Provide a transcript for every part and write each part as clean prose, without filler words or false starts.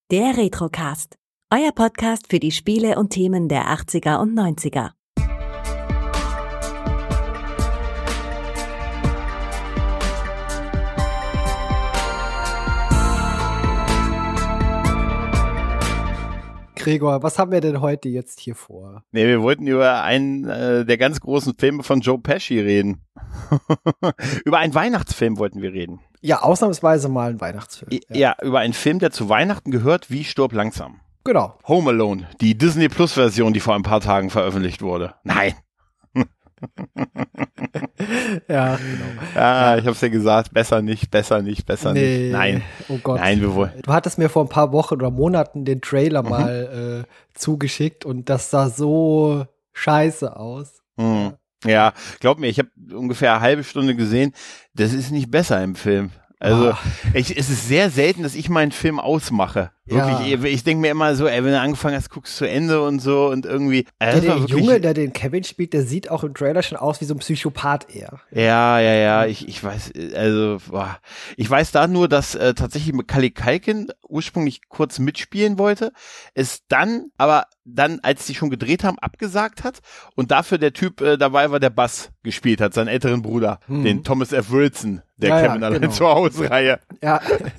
Der Retrocast, euer Podcast für die Spiele und Themen der 80er und 90er. Gregor, was haben wir denn heute jetzt hier vor? Nee, wir wollten über einen der ganz großen Filme von Joe Pesci reden. Über einen Weihnachtsfilm wollten wir reden. Ja, ausnahmsweise mal ein Weihnachtsfilm. Ja, über einen Film, der zu Weihnachten gehört, wie Stirb langsam. Genau. Home Alone, die Disney Plus Version, die vor ein paar Tagen veröffentlicht wurde. Nein. Ja, genau. Ja, ich hab's ja gesagt, besser nicht. Nein. Oh Gott. Nein, wir wollen. Du hattest mir vor ein paar Wochen oder Monaten den Trailer mal zugeschickt und das sah so scheiße aus. Ja, glaub mir, ich habe ungefähr eine halbe Stunde gesehen. Das ist nicht besser im Film. Also es ist sehr selten, dass ich meinen Film ausmache. Wirklich, ja. Ich denke mir immer so, ey, wenn du angefangen hast, guckst du zu Ende und so und irgendwie. Der Junge, der den Kevin spielt, der sieht auch im Trailer schon aus wie so ein Psychopath eher. Ja, ich weiß, also, ich weiß da nur, dass tatsächlich Macaulay Culkin ursprünglich kurz mitspielen wollte, es dann, als die schon gedreht haben, abgesagt hat und dafür der Typ dabei war, der Buzz gespielt hat, seinen älteren Bruder, den Thomas F. Wilson, der Kevin allein zur Hausreihe. Ja,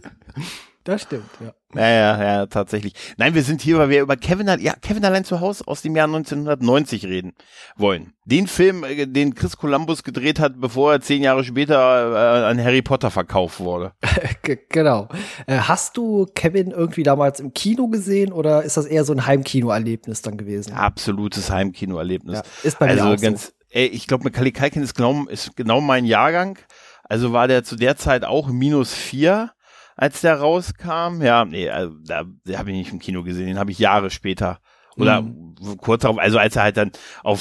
das stimmt, ja. Ja, tatsächlich. Nein, wir sind hier, weil wir über Kevin allein zu Hause aus dem Jahr 1990 reden wollen. Den Film, den Chris Columbus gedreht hat, bevor er 10 Jahre später an Harry Potter verkauft wurde. Genau. Hast du Kevin irgendwie damals im Kino gesehen oder ist das eher so ein Heimkinoerlebnis dann gewesen? Absolutes Heimkinoerlebnis. Ja, ist bei mir auch so. Ich glaube, Macaulay Culkin ist genau mein Jahrgang. Also war der zu der Zeit auch -4. Als der rauskam, da habe ich nicht im Kino gesehen, den habe ich Jahre später oder kurz darauf, also als er halt dann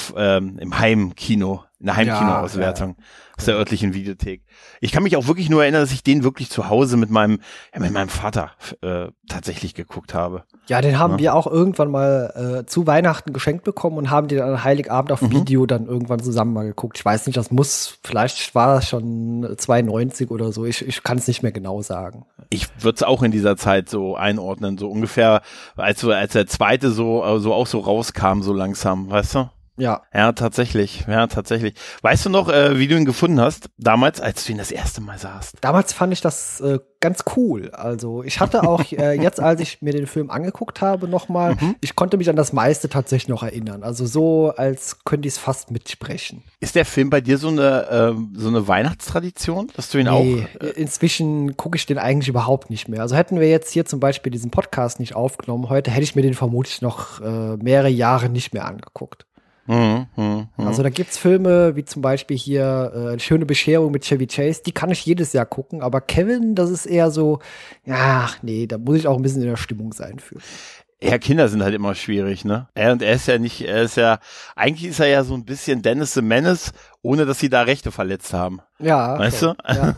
im Heimkino, in der Heimkino-Auswertung aus der örtlichen Videothek. Ich kann mich auch wirklich nur erinnern, dass ich den wirklich zu Hause mit meinem Vater tatsächlich geguckt habe. Ja, den haben wir auch irgendwann mal zu Weihnachten geschenkt bekommen und haben den an Heiligabend auf Video dann irgendwann zusammen mal geguckt. Ich weiß nicht, vielleicht war das schon 92 oder so. Ich kann es nicht mehr genau sagen. Ich würde es auch in dieser Zeit so einordnen, so ungefähr, als der zweite so rauskam, so langsam, weißt du? Ja. Ja, tatsächlich. Weißt du noch, wie du ihn gefunden hast, damals, als du ihn das erste Mal sahst? Damals fand ich das ganz cool. Also ich hatte auch jetzt, als ich mir den Film angeguckt habe nochmal, ich konnte mich an das meiste tatsächlich noch erinnern. Also so, als könnte ich es fast mitsprechen. Ist der Film bei dir so eine Weihnachtstradition, dass du ihn auch? Inzwischen gucke ich den eigentlich überhaupt nicht mehr. Also hätten wir jetzt hier zum Beispiel diesen Podcast nicht aufgenommen heute, hätte ich mir den vermutlich noch mehrere Jahre nicht mehr angeguckt. Also da gibt's Filme wie zum Beispiel hier Schöne Bescherung mit Chevy Chase, die kann ich jedes Jahr gucken, aber Kevin, das ist eher so, da muss ich auch ein bisschen in der Stimmung sein für. Ja, Kinder sind halt immer schwierig, ne? Eigentlich ist er ja so ein bisschen Dennis the Menace, ohne dass sie da Rechte verletzt haben. Ja. Weißt du? Ja.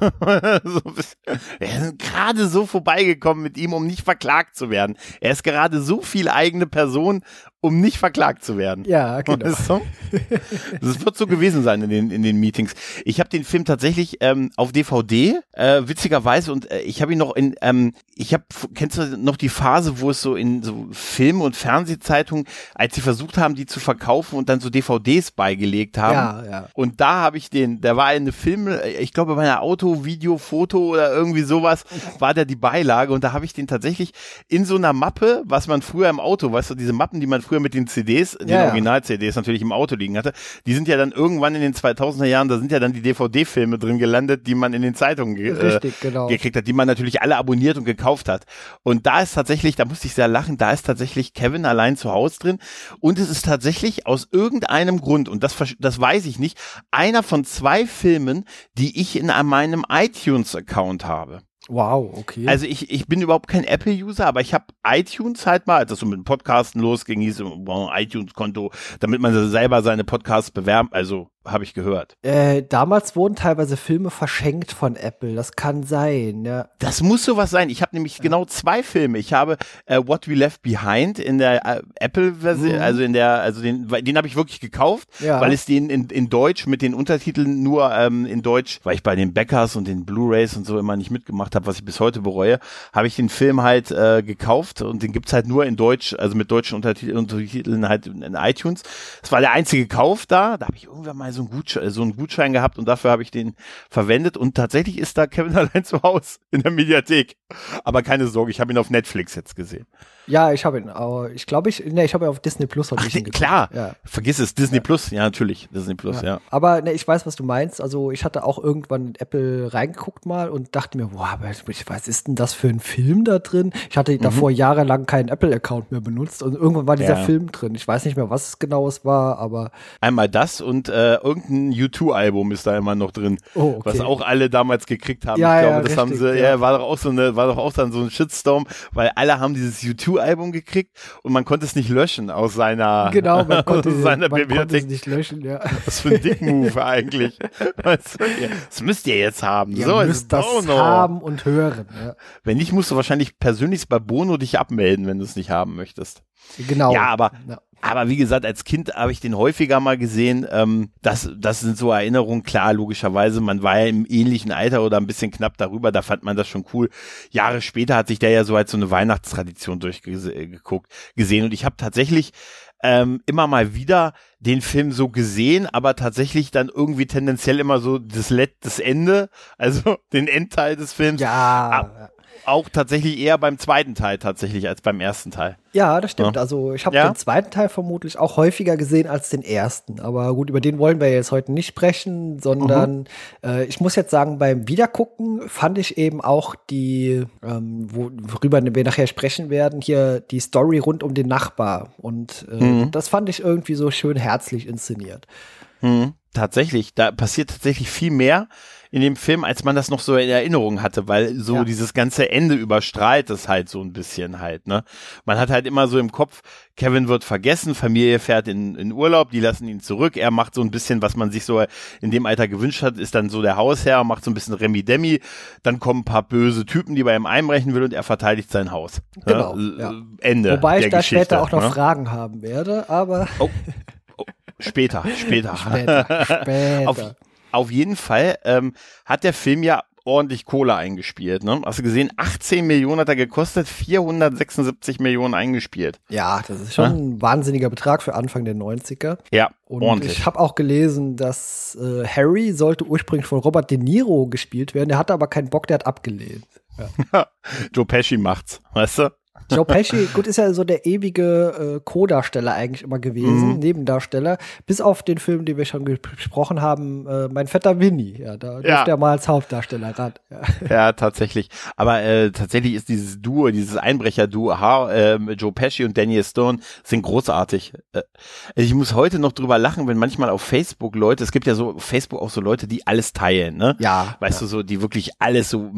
Wir sind gerade so vorbeigekommen mit ihm, um nicht verklagt zu werden. Er ist gerade so viel eigene Person, um nicht verklagt zu werden. Ja, genau. Weißt du? Das wird so gewesen sein in den Meetings. Ich habe den Film tatsächlich auf DVD, witzigerweise, und ich habe ihn noch kennst du noch die Phase, wo es so in so Film- und Fernsehzeitungen, als sie versucht haben, die zu verkaufen und dann so DVDs beigelegt haben. Ja. Und da habe ich der war eine Film, ich glaube bei einer Auto, Video, Foto oder irgendwie sowas, war da die Beilage und da habe ich den tatsächlich in so einer Mappe, was man früher im Auto, weißt du, diese Mappen, die man früher mit den CDs, den Original-CDs natürlich im Auto liegen hatte, die sind ja dann irgendwann in den 2000er Jahren, da sind ja dann die DVD-Filme drin gelandet, die man in den Zeitungen gekriegt hat, die man natürlich alle abonniert und gekauft hat. Und da ist tatsächlich, da musste ich sehr lachen, da ist tatsächlich Kevin allein zu Hause drin und es ist tatsächlich aus irgendeinem Grund, und das weiß ich nicht, einer von 2 Filmen, die ich in meinem iTunes-Account habe. Wow, okay. Also ich bin überhaupt kein Apple-User, aber ich habe iTunes halt mal, als das so mit dem Podcasten losging, hieß so, iTunes-Konto, damit man selber seine Podcasts bewerben, also habe ich gehört. Damals wurden teilweise Filme verschenkt von Apple, das kann sein, ja. Das muss sowas sein. Ich habe nämlich genau 2 Filme. Ich habe What We Left Behind in der Apple-Version, also den habe ich wirklich gekauft, weil es den in Deutsch mit den Untertiteln nur in Deutsch, weil ich bei den Bäckers und den Blu-rays und so immer nicht mitgemacht habe, was ich bis heute bereue, habe ich den Film halt gekauft und den gibt's halt nur in Deutsch, also mit deutschen Untertiteln halt in iTunes. Das war der einzige Kauf da habe ich irgendwann mal so einen Gutschein gehabt und dafür habe ich den verwendet und tatsächlich ist da Kevin allein zu Hause in der Mediathek. Aber keine Sorge, ich habe ihn auf Netflix jetzt gesehen. Ja, ich habe ihn, aber ich habe ihn auf Disney Plus. Klar, vergiss es, Disney Plus, ja natürlich, Disney Plus, ja. Aber ich weiß, was du meinst, also ich hatte auch irgendwann in Apple reingeguckt mal und dachte mir, wow, was ist denn das für ein Film da drin? Ich hatte davor jahrelang keinen Apple-Account mehr benutzt und irgendwann war dieser Film drin. Ich weiß nicht mehr, was es genau war, aber einmal das und irgendein U2-Album ist da immer noch drin, was auch alle damals gekriegt haben. Ja, ich glaube, das richtig, haben sie, war doch auch dann so ein Shitstorm, weil alle haben dieses U2-Album gekriegt und man konnte es nicht löschen aus seiner man konnte Bibliothek. Es nicht löschen, ja. Was für ein Dick-Move eigentlich. Das müsst ihr jetzt haben. Ihr müsst das haben und hören. Ja. Wenn nicht, musst du wahrscheinlich persönlich bei Bono dich abmelden, wenn du es nicht haben möchtest. Genau. Ja, aber wie gesagt, als Kind habe ich den häufiger mal gesehen. Das sind so Erinnerungen, klar, logischerweise. Man war ja im ähnlichen Alter oder ein bisschen knapp darüber, da fand man das schon cool. Jahre später hat sich der ja so als so eine Weihnachtstradition gesehen. Und ich habe tatsächlich immer mal wieder den Film so gesehen, aber tatsächlich dann irgendwie tendenziell immer so das Ende, also den Endteil des Films. Ja. Auch tatsächlich eher beim zweiten Teil tatsächlich als beim ersten Teil. Ja, das stimmt. Ja. Also ich habe den zweiten Teil vermutlich auch häufiger gesehen als den ersten. Aber gut, über den wollen wir jetzt heute nicht sprechen, sondern ich muss jetzt sagen, beim Wiedergucken fand ich eben auch die, worüber wir nachher sprechen werden, hier die Story rund um den Nachbar. Und das fand ich irgendwie so schön herzlich inszeniert. Tatsächlich, da passiert tatsächlich viel mehr in dem Film, als man das noch so in Erinnerung hatte, weil so dieses ganze Ende überstrahlt es halt so ein bisschen halt, ne? Man hat halt immer so im Kopf, Kevin wird vergessen, Familie fährt in Urlaub, die lassen ihn zurück, er macht so ein bisschen, was man sich so in dem Alter gewünscht hat, ist dann so der Hausherr, macht so ein bisschen Remi-Demi, dann kommen ein paar böse Typen, die bei ihm einbrechen will und er verteidigt sein Haus. Genau, Ende. Wobei ich da Geschichte, später auch noch Fragen haben werde, aber Später. Auf jeden Fall hat der Film ja ordentlich Kohle eingespielt. Ne? Hast du gesehen, 18 Millionen hat er gekostet, 476 Millionen eingespielt. Ja, das ist schon ein wahnsinniger Betrag für Anfang der 90er. Ja, und ordentlich. Ich habe auch gelesen, dass Harry sollte ursprünglich von Robert De Niro gespielt werden. Der hatte aber keinen Bock, der hat abgelehnt. Ja. Joe Pesci macht's, weißt du? Joe Pesci, gut, ist ja so der ewige Co-Darsteller eigentlich immer gewesen, Nebendarsteller, bis auf den Film, den wir schon besprochen haben, Mein Vetter Winnie. Ja, da durfte er mal als Hauptdarsteller ran. Ja, tatsächlich. Aber tatsächlich ist dieses Duo, dieses Einbrecher-Duo, Joe Pesci und Daniel Stone, sind großartig. Ich muss heute noch drüber lachen, wenn manchmal auf Facebook Leute, es gibt ja so auf Facebook auch so Leute, die alles teilen, ne? Ja. Weißt du, so, die wirklich alles so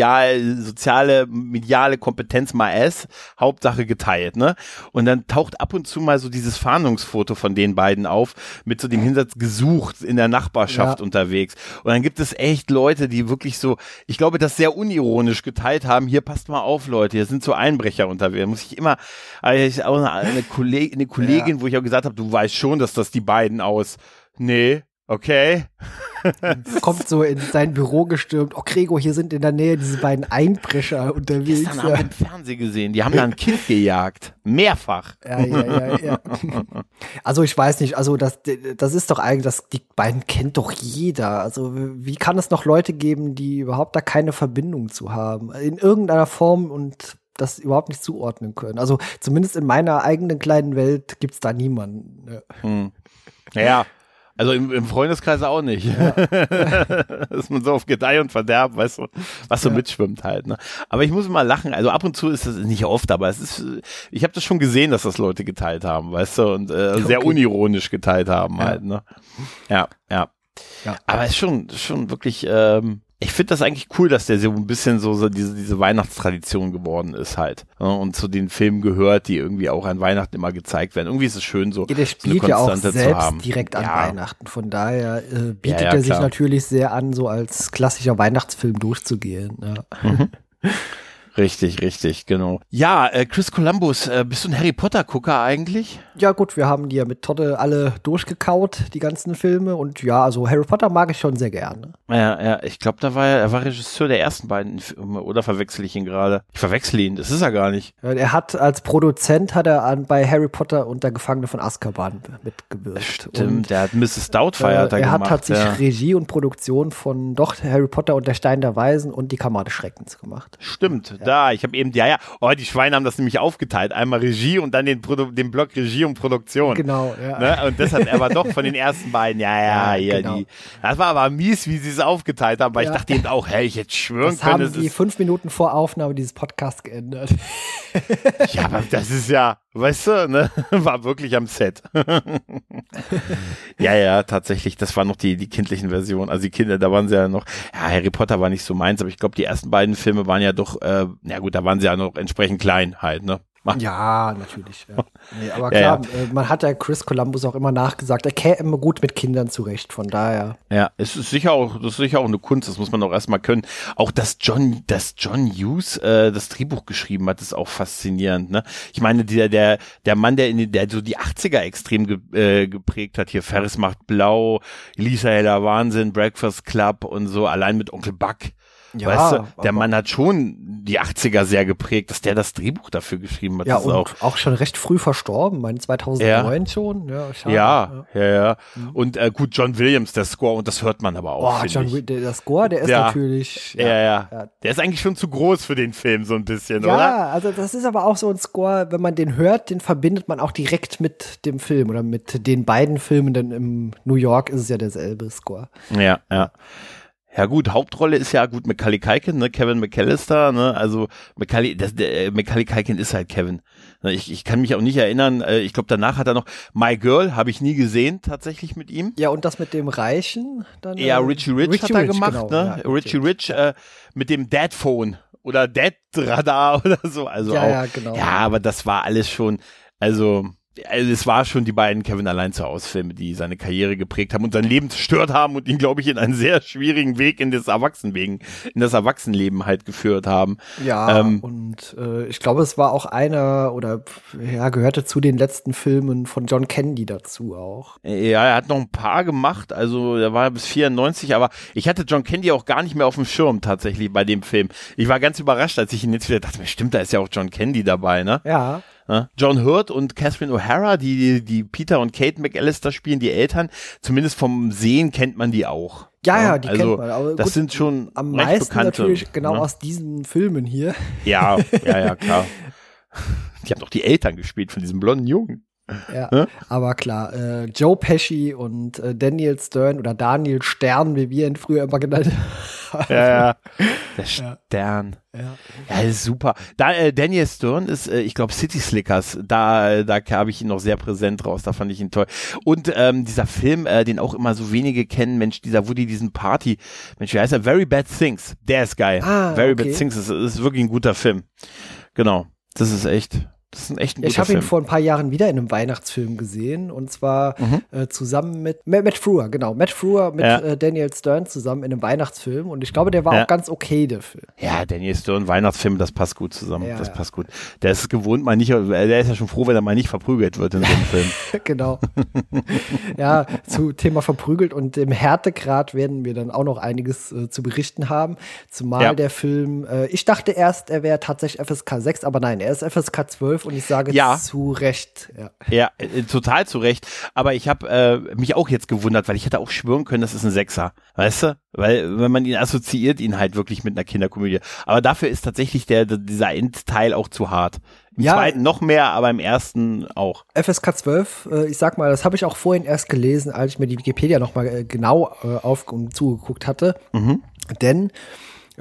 mediale Kompetenz mal Hauptsache geteilt, ne? Und dann taucht ab und zu mal so dieses Fahndungsfoto von den beiden auf, mit so dem Hinsatz gesucht in der Nachbarschaft unterwegs. Und dann gibt es echt Leute, die wirklich so, ich glaube, das sehr unironisch geteilt haben, hier passt mal auf, Leute, hier sind so Einbrecher unterwegs. Muss ich immer, auch eine Kollegin, wo ich auch gesagt habe, du weißt schon, dass das die beiden aus, nee, okay. Kommt so in sein Büro gestürmt. Oh, Gregor, hier sind in der Nähe diese beiden Einbrecher unterwegs. Gestern haben wir im Fernsehen gesehen. Die haben da ein Kind gejagt. Mehrfach. Ja. Also ich weiß nicht, also das ist doch eigentlich, die beiden kennt doch jeder. Also wie kann es noch Leute geben, die überhaupt da keine Verbindung zu haben? In irgendeiner Form und das überhaupt nicht zuordnen können. Also zumindest in meiner eigenen kleinen Welt gibt's da niemanden. Ja. Also im Freundeskreis auch nicht. Ja. Dass man so auf Gedeih und Verderb, weißt du, was so mitschwimmt halt. Ne? Aber ich muss mal lachen. Also ab und zu ist das nicht oft, aber es ist, ich habe das schon gesehen, dass das Leute geteilt haben, weißt du, und sehr unironisch geteilt haben halt. Ne? Ja. Aber es ist schon wirklich, Ich finde das eigentlich cool, dass der so ein bisschen so diese Weihnachtstradition geworden ist halt. Und zu den Filmen gehört, die irgendwie auch an Weihnachten immer gezeigt werden. Irgendwie ist es schön, so der spielt ja auch selbst direkt an Weihnachten. Von daher bietet er sich natürlich sehr an, so als klassischer Weihnachtsfilm durchzugehen. Ja. Mhm. Richtig, genau. Ja, Chris Columbus, bist du ein Harry Potter-Gucker eigentlich? Ja gut, wir haben die ja mit Todde alle durchgekaut, die ganzen Filme. Und ja, also Harry Potter mag ich schon sehr gerne. Ja, ich glaube, er war Regisseur der ersten beiden Filme, oder verwechsel ich ihn gerade? Ich verwechsel ihn, das ist er gar nicht. Er hat als Produzent bei Harry Potter und der Gefangene von Azkaban mitgewirkt. Stimmt, der hat Mrs. Doubtfire gemacht. Er hat tatsächlich Regie und Produktion von Harry Potter und der Stein der Weisen und die Kammer des Schreckens gemacht. Stimmt. Da, ich habe eben, die Schweine haben das nämlich aufgeteilt. Einmal Regie und dann den Block Regie und Produktion. Genau, ja. Ne? Und das hat er aber doch von den ersten beiden, genau. Das war aber mies, wie sie es aufgeteilt haben, weil ich dachte eben auch, hey, ich hätte schwören können. Das haben die 5 Minuten vor Aufnahme dieses Podcasts geändert. Ja, aber das ist ja, weißt du, ne? War wirklich am Set. Ja, tatsächlich, das waren noch die kindlichen Versionen. Also die Kinder, da waren sie ja noch, Harry Potter war nicht so meins, aber ich glaube, die ersten beiden Filme waren ja doch, da waren sie ja noch entsprechend klein halt, ne? Ja, natürlich. Ja. Nee, aber klar, man hat ja Chris Columbus auch immer nachgesagt, er käme immer gut mit Kindern zurecht, von daher. Ja, das ist sicher auch eine Kunst, das muss man auch erstmal können. Auch, dass John Hughes das Drehbuch geschrieben hat, ist auch faszinierend, ne? Ich meine, der Mann, der so die 80er extrem geprägt hat, hier Ferris macht blau, Lisa heller Wahnsinn, Breakfast Club und so, allein mit Onkel Buck. Ja, weißt du, der Mann hat schon die 80er sehr geprägt, dass der das Drehbuch dafür geschrieben hat. Ja, und auch schon recht früh verstorben, 2009 schon. Ja, schade. Ja. Und gut, John Williams, der Score, und das hört man aber auch, der Score, der ist natürlich... Ja. Der ist eigentlich schon zu groß für den Film, so ein bisschen, oder? Ja, also das ist aber auch so ein Score, wenn man den hört, den verbindet man auch direkt mit dem Film oder mit den beiden Filmen, denn in New York ist es ja derselbe Score. Ja. Ja gut, Hauptrolle ist ja gut Macaulay Culkin, ne, Kevin McAllister, ne, also Macaulay Culkin ist halt Kevin. Ich kann mich auch nicht erinnern, ich glaube danach hat er noch My Girl, habe ich nie gesehen tatsächlich mit ihm. Ja, und das mit dem Reichen? Dann, ja, Richie Rich hat er gemacht, genau, ne, ja, Richie Rich mit dem Dad Phone oder Dad Radar oder so, also auch. Ja, genau. Ja, aber das war alles schon, also es war schon die beiden Kevin allein zu Hause Filme, die seine Karriere geprägt haben und sein Leben zerstört haben und ihn, glaube ich, in einen sehr schwierigen Weg in das Erwachsenenleben halt geführt haben. Ja, und ich glaube, es war auch gehörte zu den letzten Filmen von John Candy dazu auch. Ja, er hat noch ein paar gemacht, also er war bis 94, aber ich hatte John Candy auch gar nicht mehr auf dem Schirm tatsächlich bei dem Film. Ich war ganz überrascht, als ich ihn jetzt wieder dachte, stimmt, da ist ja auch John Candy dabei, ne? Ja. John Hurt und Catherine O'Hara, die Peter und Kate McAllister spielen, die Eltern, zumindest vom Sehen kennt man die auch. Ja, die kennt man. Aber das gut, sind schon am meisten bekannte, natürlich genau aus diesen Filmen hier. Ja, klar. Die haben doch die Eltern gespielt von diesem blonden Jungen. Ja, aber klar, Joe Pesci und Daniel Stern oder Daniel Stern, wie wir ihn früher immer genannt haben. Ja, der Stern. Ja, ist super. Daniel Stern ist, ich glaube, City Slickers, da habe ich ihn noch sehr präsent raus, da fand ich ihn toll. Und dieser Film, den auch immer so wenige kennen, diesen Party, wie heißt er? Very Bad Things, der ist geil. Very Bad Things ist wirklich ein guter Film. Genau, das ist echt ein guter Film. Ich habe ihn vor ein paar Jahren wieder in einem Weihnachtsfilm gesehen und zwar zusammen mit Matt Frewer, genau. Matt Frewer mit Daniel Stern zusammen in einem Weihnachtsfilm und ich glaube, der war auch ganz okay, der Film. Ja, Daniel Stern, Weihnachtsfilm, das passt gut zusammen. Ja, das passt gut. Der ist gewohnt, der ist ja schon froh, wenn er mal nicht verprügelt wird in so einem Film. Genau. Ja, zu Thema verprügelt und im Härtegrad werden wir dann auch noch einiges zu berichten haben. Zumal der Film, ich dachte erst, er wäre tatsächlich FSK 6, aber nein, er ist FSK 12. Und ich sage zu Recht. Ja, total zu Recht. Aber ich habe mich auch jetzt gewundert, weil ich hätte auch schwören können, das ist ein Sechser. Weißt du? Weil wenn man ihn assoziiert, ihn halt wirklich mit einer Kinderkomödie. Aber dafür ist tatsächlich dieser Endteil auch zu hart. Im zweiten noch mehr, aber im ersten auch. FSK 12, ich sag mal, das habe ich auch vorhin erst gelesen, als ich mir die Wikipedia nochmal genau auf und zugeguckt hatte. Denn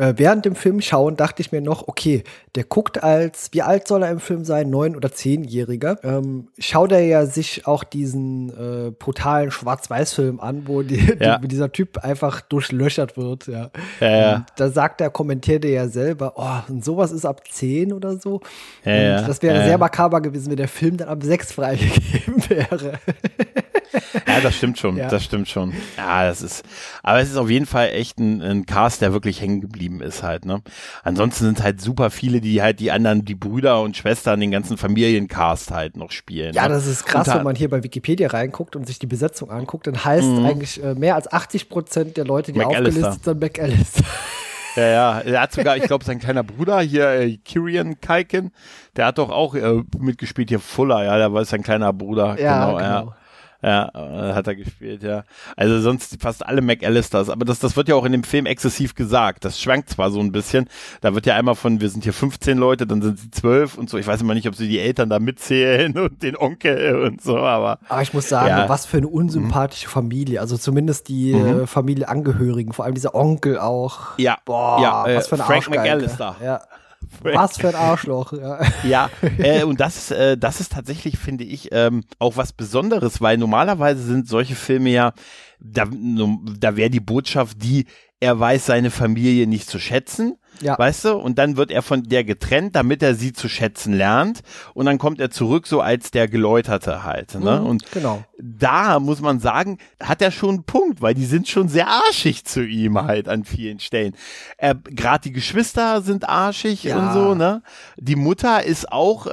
Während dem Film schauen dachte ich mir noch, okay, der guckt wie alt soll er im Film sein? 9- oder 10-Jähriger. Schaut er ja sich auch diesen brutalen Schwarz-Weiß-Film an, wo dieser Typ einfach durchlöchert wird. Ja. Und da kommentiert er ja selber, oh, und sowas ist ab 10 oder so. Und das wäre sehr makaber gewesen, wenn der Film dann ab 6 freigegeben wäre. Ja, das stimmt schon, das stimmt schon. Ja, aber es ist auf jeden Fall echt ein Cast, der wirklich hängen geblieben ist halt, ne. Ansonsten sind halt super viele, die halt die Brüder und Schwestern, den ganzen Familiencast halt noch spielen. Ja, ne? das ist krass, wenn man hier bei Wikipedia reinguckt und sich die Besetzung anguckt, dann heißt eigentlich mehr als 80% der Leute, die aufgelistet sind, McAllister. Ja, er hat sogar, ich glaube, sein kleiner Bruder hier, Kieran Culkin, der hat doch auch mitgespielt hier, Fuller, ja, der war sein kleiner Bruder. Genau. Ja, hat er gespielt, ja. Also sonst fast alle McAllisters, aber das wird ja auch in dem Film exzessiv gesagt. Das schwankt zwar so ein bisschen, da wird ja einmal wir sind hier 15 Leute, dann sind sie 12 und so. Ich weiß immer nicht, ob sie die Eltern da mitzählen und den Onkel und so, aber ich muss sagen, was für eine unsympathische Familie. Also zumindest die Familienangehörigen, vor allem dieser Onkel auch. Ja, was für ein Frank Arschgeige. McAllister. Ja. Was für ein Arschloch, ja. Und das ist tatsächlich, finde ich, auch was Besonderes, weil normalerweise sind solche Filme ja, da wäre die Botschaft er weiß seine Familie nicht zu schätzen, weißt du, und dann wird er von der getrennt, damit er sie zu schätzen lernt, und dann kommt er zurück so als der Geläuterte halt, ne? Und da muss man sagen, hat er schon einen Punkt, weil die sind schon sehr arschig zu ihm halt an vielen Stellen. Gerade die Geschwister sind arschig und so, ne? Die Mutter ist auch,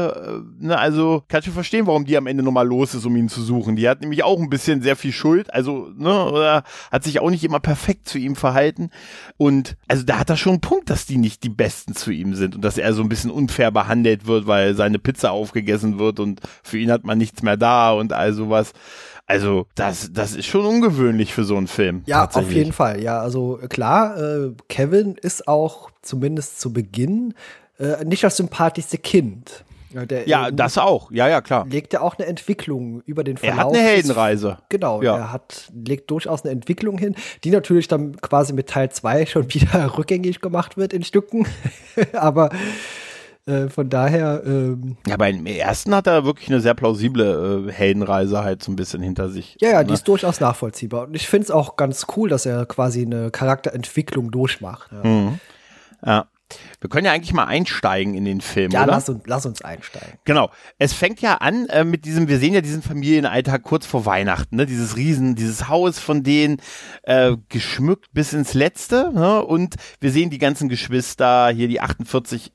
also kannst du verstehen, warum die am Ende nochmal los ist, um ihn zu suchen. Die hat nämlich auch ein bisschen sehr viel Schuld, also, ne, oder hat sich auch nicht immer perfekt zu ihm verhalten. Und also da hat er schon einen Punkt, dass die nicht die Besten zu ihm sind und dass er so ein bisschen unfair behandelt wird, weil seine Pizza aufgegessen wird und für ihn hat man nichts mehr da und all sowas. Also das ist schon ungewöhnlich für so einen Film. Ja, auf jeden Fall. Ja, also klar, Kevin ist auch zumindest zu Beginn nicht das sympathischste Kind. Das auch. Ja, klar. Legt er auch eine Entwicklung über den Verlauf. Er hat eine Heldenreise. Genau, legt durchaus eine Entwicklung hin, die natürlich dann quasi mit Teil 2 schon wieder rückgängig gemacht wird in Stücken. Aber von daher. Ja, beim ersten hat er wirklich eine sehr plausible Heldenreise halt so ein bisschen hinter sich. Ja, die ist durchaus nachvollziehbar. Und ich finde es auch ganz cool, dass er quasi eine Charakterentwicklung durchmacht. Ja. Wir können ja eigentlich mal einsteigen in den Film, oder? Ja, lass uns einsteigen. Genau. Es fängt ja an mit wir sehen ja diesen Familienalltag kurz vor Weihnachten, ne? Dieses Haus von denen geschmückt bis ins Letzte, ne? Und wir sehen die ganzen Geschwister, hier die 48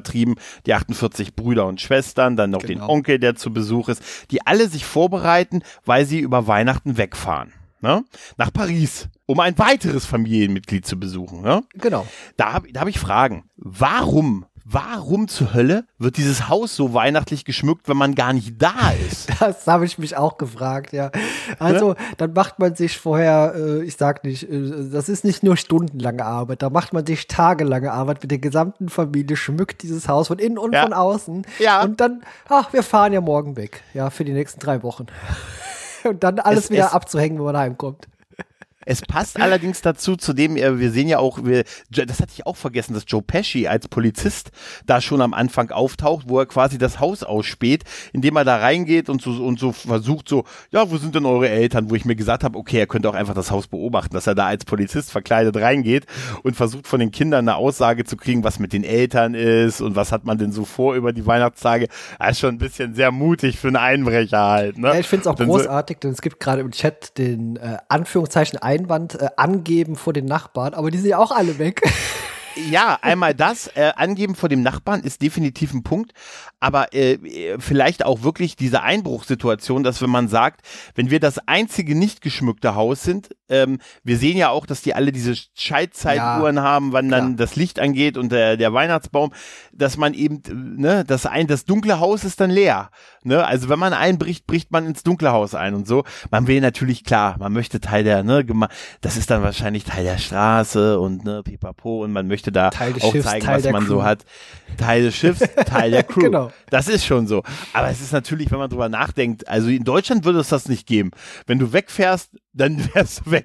Brüder und Schwestern, dann noch den Onkel, der zu Besuch ist, die alle sich vorbereiten, weil sie über Weihnachten wegfahren. Ne? Nach Paris, um ein weiteres Familienmitglied zu besuchen. Ne? Genau. Da hab ich Fragen. Warum zur Hölle wird dieses Haus so weihnachtlich geschmückt, wenn man gar nicht da ist? Das habe ich mich auch gefragt, ja. Also, dann macht man sich vorher, ich sag nicht, das ist nicht nur stundenlange Arbeit, da macht man sich tagelange Arbeit mit der gesamten Familie, schmückt dieses Haus von innen und von außen. Ja. Und dann, wir fahren ja morgen weg, für die nächsten 3 Wochen. Und dann alles wieder abzuhängen, wenn man heimkommt. Es passt allerdings dazu, wir sehen ja auch, das hatte ich auch vergessen, dass Joe Pesci als Polizist da schon am Anfang auftaucht, wo er quasi das Haus ausspäht, indem er da reingeht und so versucht wo sind denn eure Eltern? Wo ich mir gesagt habe, okay, er könnte auch einfach das Haus beobachten, dass er da als Polizist verkleidet reingeht und versucht von den Kindern eine Aussage zu kriegen, was mit den Eltern ist und was hat man denn so vor über die Weihnachtstage. Das ist schon ein bisschen sehr mutig für einen Einbrecher halt. Ne? Ja, ich finde es auch großartig, denn es gibt gerade im Chat den Anführungszeichen Einwand angeben vor den Nachbarn, aber die sind ja auch alle weg. Ja, einmal das, angeben vor dem Nachbarn ist definitiv ein Punkt, aber vielleicht auch wirklich diese Einbruchssituation, dass wenn man sagt, wenn wir das einzige nicht geschmückte Haus sind, wir sehen ja auch, dass die alle diese Schaltzeituhren haben, wann dann das Licht angeht und der Weihnachtsbaum, dass man eben, das dunkle Haus ist dann leer, ne, also wenn man einbricht, bricht man ins dunkle Haus ein und so, man will natürlich, klar, man möchte Teil der, das ist dann wahrscheinlich Teil der Straße und, pipapo, und man möchte da auch Schiffs, zeigen, was man Crew. So hat. Teil des Schiffs, Teil der Crew. Genau. Das ist schon so. Aber es ist natürlich, wenn man drüber nachdenkt, also in Deutschland würde es das nicht geben. Wenn du wegfährst, dann wärst du weg.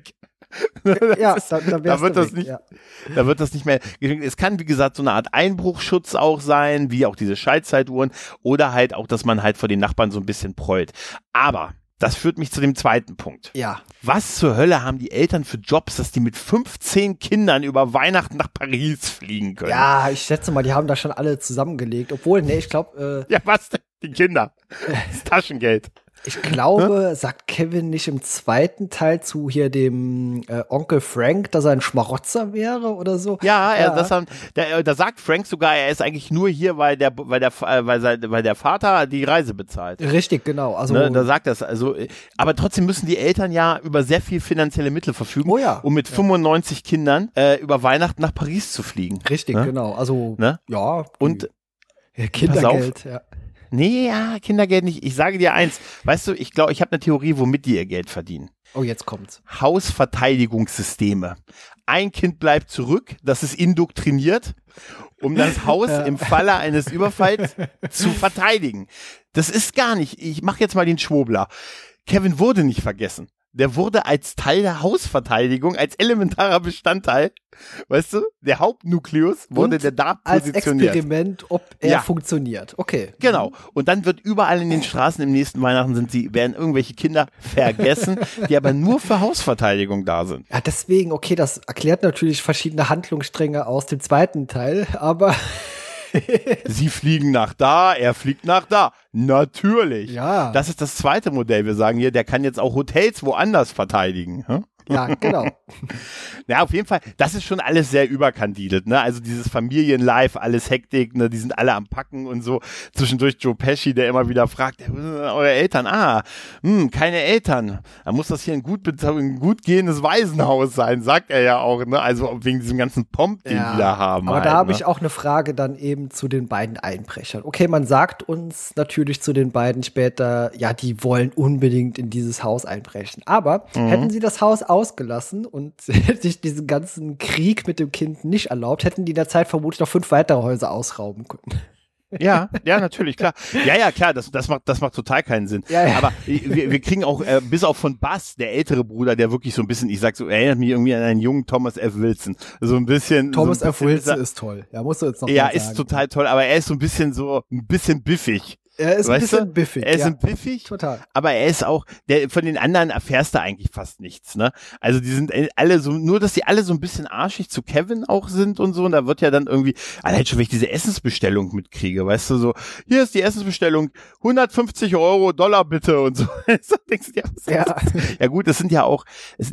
Ja, da wird das nicht. Ja. Da wird das nicht mehr. Es kann, wie gesagt, so eine Art Einbruchschutz auch sein, wie auch diese Schaltzeituhren, oder halt auch, dass man halt vor den Nachbarn so ein bisschen prollt. Aber das führt mich zu dem zweiten Punkt. Ja. Was zur Hölle haben die Eltern für Jobs, dass die mit 15 Kindern über Weihnachten nach Paris fliegen können? Ja, ich schätze mal, die haben da schon alle zusammengelegt. Obwohl, ich glaube. Ja, was denn? Die Kinder. Das Taschengeld. Ich glaube, sagt Kevin nicht im zweiten Teil zu hier dem Onkel Frank, dass er ein Schmarotzer wäre oder so? Ja, da sagt Frank sogar, er ist eigentlich nur hier, weil der Vater die Reise bezahlt. Richtig, genau. Also, da sagt das. Also, aber trotzdem müssen die Eltern ja über sehr viel finanzielle Mittel verfügen, um mit 95 Kindern über Weihnachten nach Paris zu fliegen. Richtig, genau. Also, ja. Und Kindergeld, ja. Nee, ja, Kindergeld nicht. Ich sage dir eins, weißt du, ich glaube, ich habe eine Theorie, womit die ihr Geld verdienen. Oh, jetzt kommt's. Hausverteidigungssysteme. Ein Kind bleibt zurück, das ist indoktriniert, um das Haus im Falle eines Überfalls zu verteidigen. Das ist gar nicht, ich mache jetzt mal den Schwurbler. Kevin wurde nicht vergessen. Der wurde als Teil der Hausverteidigung, als elementarer Bestandteil, weißt du, der Hauptnukleus wurde der da positioniert. Als Experiment, ob er funktioniert. Okay. Genau. Und dann wird überall in den Straßen im nächsten Weihnachten werden irgendwelche Kinder vergessen, die aber nur für Hausverteidigung da sind. Ja, deswegen, okay, das erklärt natürlich verschiedene Handlungsstränge aus dem zweiten Teil, aber Sie fliegen nach da, er fliegt nach da. Natürlich. Ja. Das ist das zweite Modell. Wir sagen hier, der kann jetzt auch Hotels woanders verteidigen. Hm? Ja, genau. Ja, auf jeden Fall, das ist schon alles sehr überkandidelt, ne? Also dieses Familienlife, alles Hektik, ne? Die sind alle am Packen und so. Zwischendurch Joe Pesci, der immer wieder fragt, eure Eltern, keine Eltern. Da muss das hier ein gut gehendes Waisenhaus sein, sagt er ja auch, ne? Also wegen diesem ganzen Pomp, den die da haben. Aber halt, da habe ich auch eine Frage dann eben zu den beiden Einbrechern. Okay, man sagt uns natürlich zu den beiden später, ja, die wollen unbedingt in dieses Haus einbrechen. Aber hätten sie das Haus ausgelassen und sich diesen ganzen Krieg mit dem Kind nicht erlaubt, hätten die in der Zeit vermutlich noch 5 weitere Häuser ausrauben können. Ja, natürlich, klar. Ja, klar, das macht total keinen Sinn. Ja. Aber wir kriegen auch, bis auf von Buzz, der ältere Bruder, der wirklich so ein bisschen, ich sag so, erinnert mich irgendwie an einen jungen Thomas F. Wilson. So ein bisschen. Thomas F. Wilson ist toll. Ja, musst du jetzt noch mal sagen. Ja, ist total toll, aber er ist so ein bisschen biffig. Er ist ein bisschen biffig. Er ist ein biffig, total. Aber er ist auch, von den anderen erfährst du eigentlich fast nichts, ne? Also die sind alle so, nur dass die alle so ein bisschen arschig zu Kevin auch sind und so, und da wird ja dann irgendwie, allein schon, wenn ich diese Essensbestellung mitkriege, weißt du, so, hier ist die Essensbestellung, 150 € $, bitte, und so. So denkst du, ja gut, es sind ja auch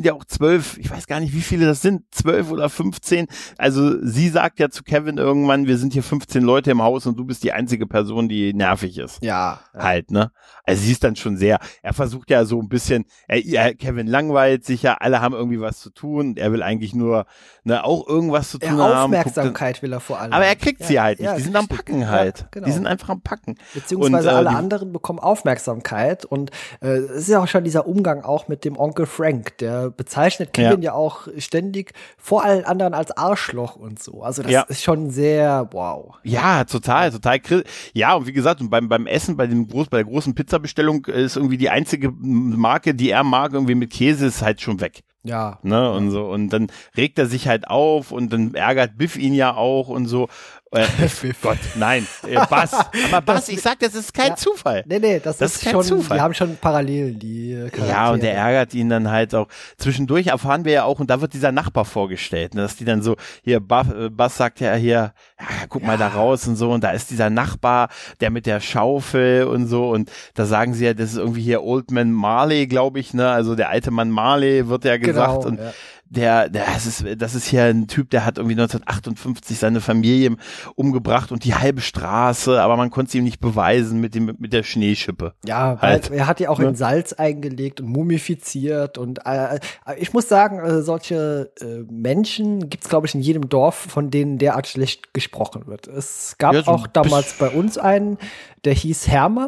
12, ich weiß gar nicht, wie viele das sind, 12 oder 15, also sie sagt ja zu Kevin irgendwann, wir sind hier 15 Leute im Haus und du bist die einzige Person, die nervig ist. Ja. Halt, ne? Also sie ist dann schon sehr, er versucht ja so ein bisschen, Kevin langweilt sich ja, alle haben irgendwie was zu tun, er will eigentlich nur, ne, auch irgendwas zu tun haben. Aufmerksamkeit will er vor allem. Aber er kriegt sie halt nicht, die sind am Packen halt. Genau. Die sind einfach am Packen. Beziehungsweise alle anderen bekommen Aufmerksamkeit und es ist ja auch schon dieser Umgang auch mit dem Onkel Frank, der bezeichnet Kevin ja auch ständig vor allen anderen als Arschloch und so. Also das ist schon sehr, wow. Ja, total. Ja, und wie gesagt, beim Essen, bei der großen Pizzabestellung ist irgendwie die einzige Marke, die er mag, irgendwie mit Käse, ist halt schon weg. Ja. Ne, und so. Und dann regt er sich halt auf und dann ärgert Biff ihn ja auch und so. Gott, nein, Buzz. Aber Buzz, ich sag, das ist kein Zufall. Nee, das ist kein schon, Zufall. Die haben schon Parallelen, die Charaktere. Ja, und der ärgert ihn dann halt auch. Zwischendurch erfahren wir ja auch, und da wird dieser Nachbar vorgestellt, ne, dass die dann so, hier, Buzz sagt ja hier, guck mal da raus und so, und da ist dieser Nachbar, der mit der Schaufel und so, und da sagen sie ja, das ist irgendwie hier Old Man Marley, glaube ich, ne, also der alte Mann Marley wird ja gesagt, und das ist hier ein Typ, der hat irgendwie 1958 seine Familie umgebracht und die halbe Straße, aber man konnte es ihm nicht beweisen mit der Schneeschippe. Ja, halt. Er hat die auch in Salz eingelegt und mumifiziert und ich muss sagen, solche Menschen gibt's, glaube ich, in jedem Dorf, von denen derart schlecht gesprochen wird. Es gab auch damals bei uns einen, der hieß Hermann.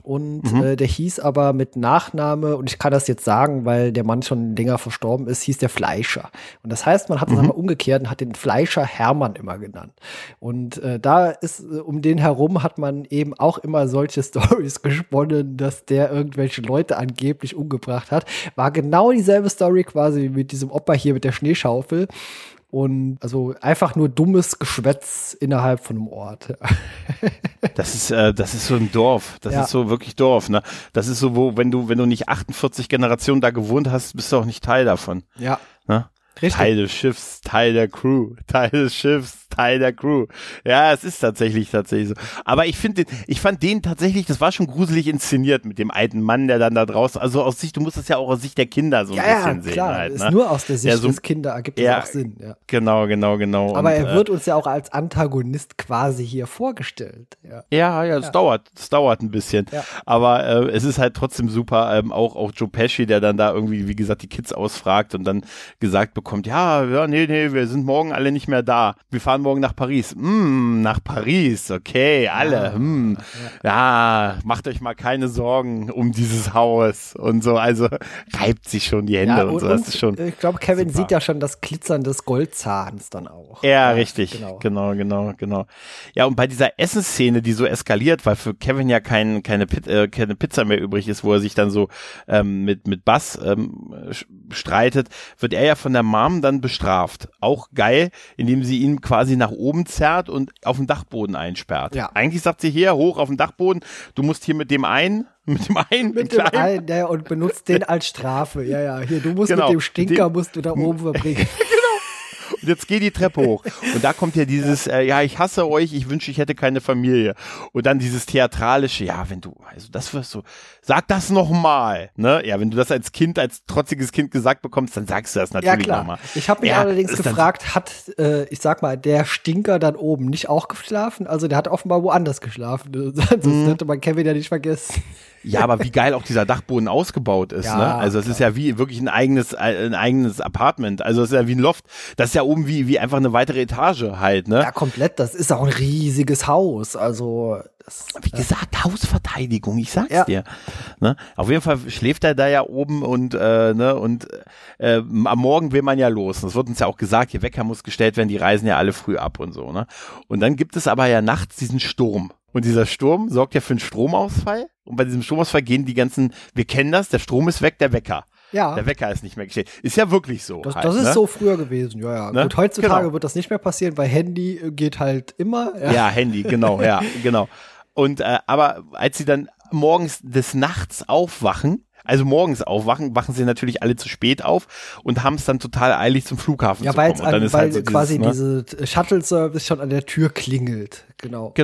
und der hieß aber mit Nachname, und ich kann das jetzt sagen, weil der Mann schon länger verstorben ist, hieß der Fleischer. Und das heißt, man hat es aber umgekehrt und hat den Fleischer Hermann immer genannt. Und da ist, um den herum hat man eben auch immer solche Stories gesponnen, dass der irgendwelche Leute angeblich umgebracht hat. War genau dieselbe Story quasi wie mit diesem Opa hier mit der Schneeschaufel. Und also einfach nur dummes Geschwätz innerhalb von einem Ort. Das ist so ein Dorf. Das ist so wirklich Dorf, ne? Das ist so, wenn du nicht 48 Generationen da gewohnt hast, bist du auch nicht Teil davon. Ja. Ne? Richtig. Teil des Schiffs, Teil der Crew, Teil des Schiffs, Teil der Crew. Ja, es ist tatsächlich so. Aber ich fand den tatsächlich, das war schon gruselig inszeniert mit dem alten Mann, der dann da draußen, also du musst das ja auch aus Sicht der Kinder so ein bisschen sehen. Klar, halt, ist ne? nur aus der Sicht ja, so, des Kinder ergibt es auch Sinn. Ja. Genau. Aber und, er wird uns ja auch als Antagonist quasi hier vorgestellt. Ja, das dauert ein bisschen. Ja. Aber es ist halt trotzdem super, auch Joe Pesci, der dann da irgendwie, wie gesagt, die Kids ausfragt und dann gesagt bekommt, nee, wir sind morgen alle nicht mehr da. Wir fahren morgen nach Paris. Nach Paris, okay, alle. Ja, macht euch mal keine Sorgen um dieses Haus und so. Also reibt sich schon die Hände und so. Das ist schon ich glaube, Kevin super. sieht ja schon das Glitzern des Goldzahns dann auch. Ja, richtig. Genau. Ja, und bei dieser Essensszene, die so eskaliert, weil für Kevin ja keine Pizza mehr übrig ist, wo er sich dann so mit Buzz streitet, wird er ja von der Mom dann bestraft. Auch geil, indem sie ihn quasi nach oben zerrt und auf den Dachboden einsperrt. Ja. Eigentlich sagt sie hier, hoch auf den Dachboden, du musst hier mit dem einen, ja, und benutzt den als Strafe. Ja, hier, du musst mit dem Stinker musst du da oben verbringen. Und jetzt geh die Treppe hoch. Und da kommt ja dieses, ich hasse euch, ich wünsche, ich hätte keine Familie. Und dann dieses theatralische, das wirst du, sag das nochmal. Ne? Ja, wenn du das als trotziges Kind gesagt bekommst, dann sagst du das natürlich nochmal. Ich habe mich allerdings gefragt, hat, der Stinker dann oben nicht auch geschlafen? Also der hat offenbar woanders geschlafen. Sonst hätte man Kevin ja nicht vergessen. Ja, aber wie geil auch dieser Dachboden ausgebaut ist, ne? Also es ist ja wie wirklich ein eigenes Apartment. Also es ist ja wie ein Loft. Das ist ja oben wie einfach eine weitere Etage halt, ne? Ja, komplett. Das ist auch ein riesiges Haus. Also wie gesagt, Hausverteidigung, ich sag's dir. Ne? Auf jeden Fall schläft er da ja oben und am Morgen will man ja los. Das wird uns ja auch gesagt, hier Wecker muss gestellt werden, die reisen ja alle früh ab und so, ne? Und dann gibt es aber ja nachts diesen Sturm. Und dieser Sturm sorgt ja für einen Stromausfall. Und bei diesem Stromausfall gehen wir kennen das, der Strom ist weg, der Wecker. Ja. Der Wecker ist nicht mehr gestellt. Ist ja wirklich so. Das ist so früher gewesen, ja. Ne? Gut, heutzutage wird das nicht mehr passieren, weil Handy geht halt immer. Ja, Handy, genau. Und aber als sie dann morgens des Nachts aufwachen, wachen sie natürlich alle zu spät auf und haben es dann total eilig zum Flughafen zu kommen. Weil quasi diese Shuttle-Service schon an der Tür klingelt. Genau.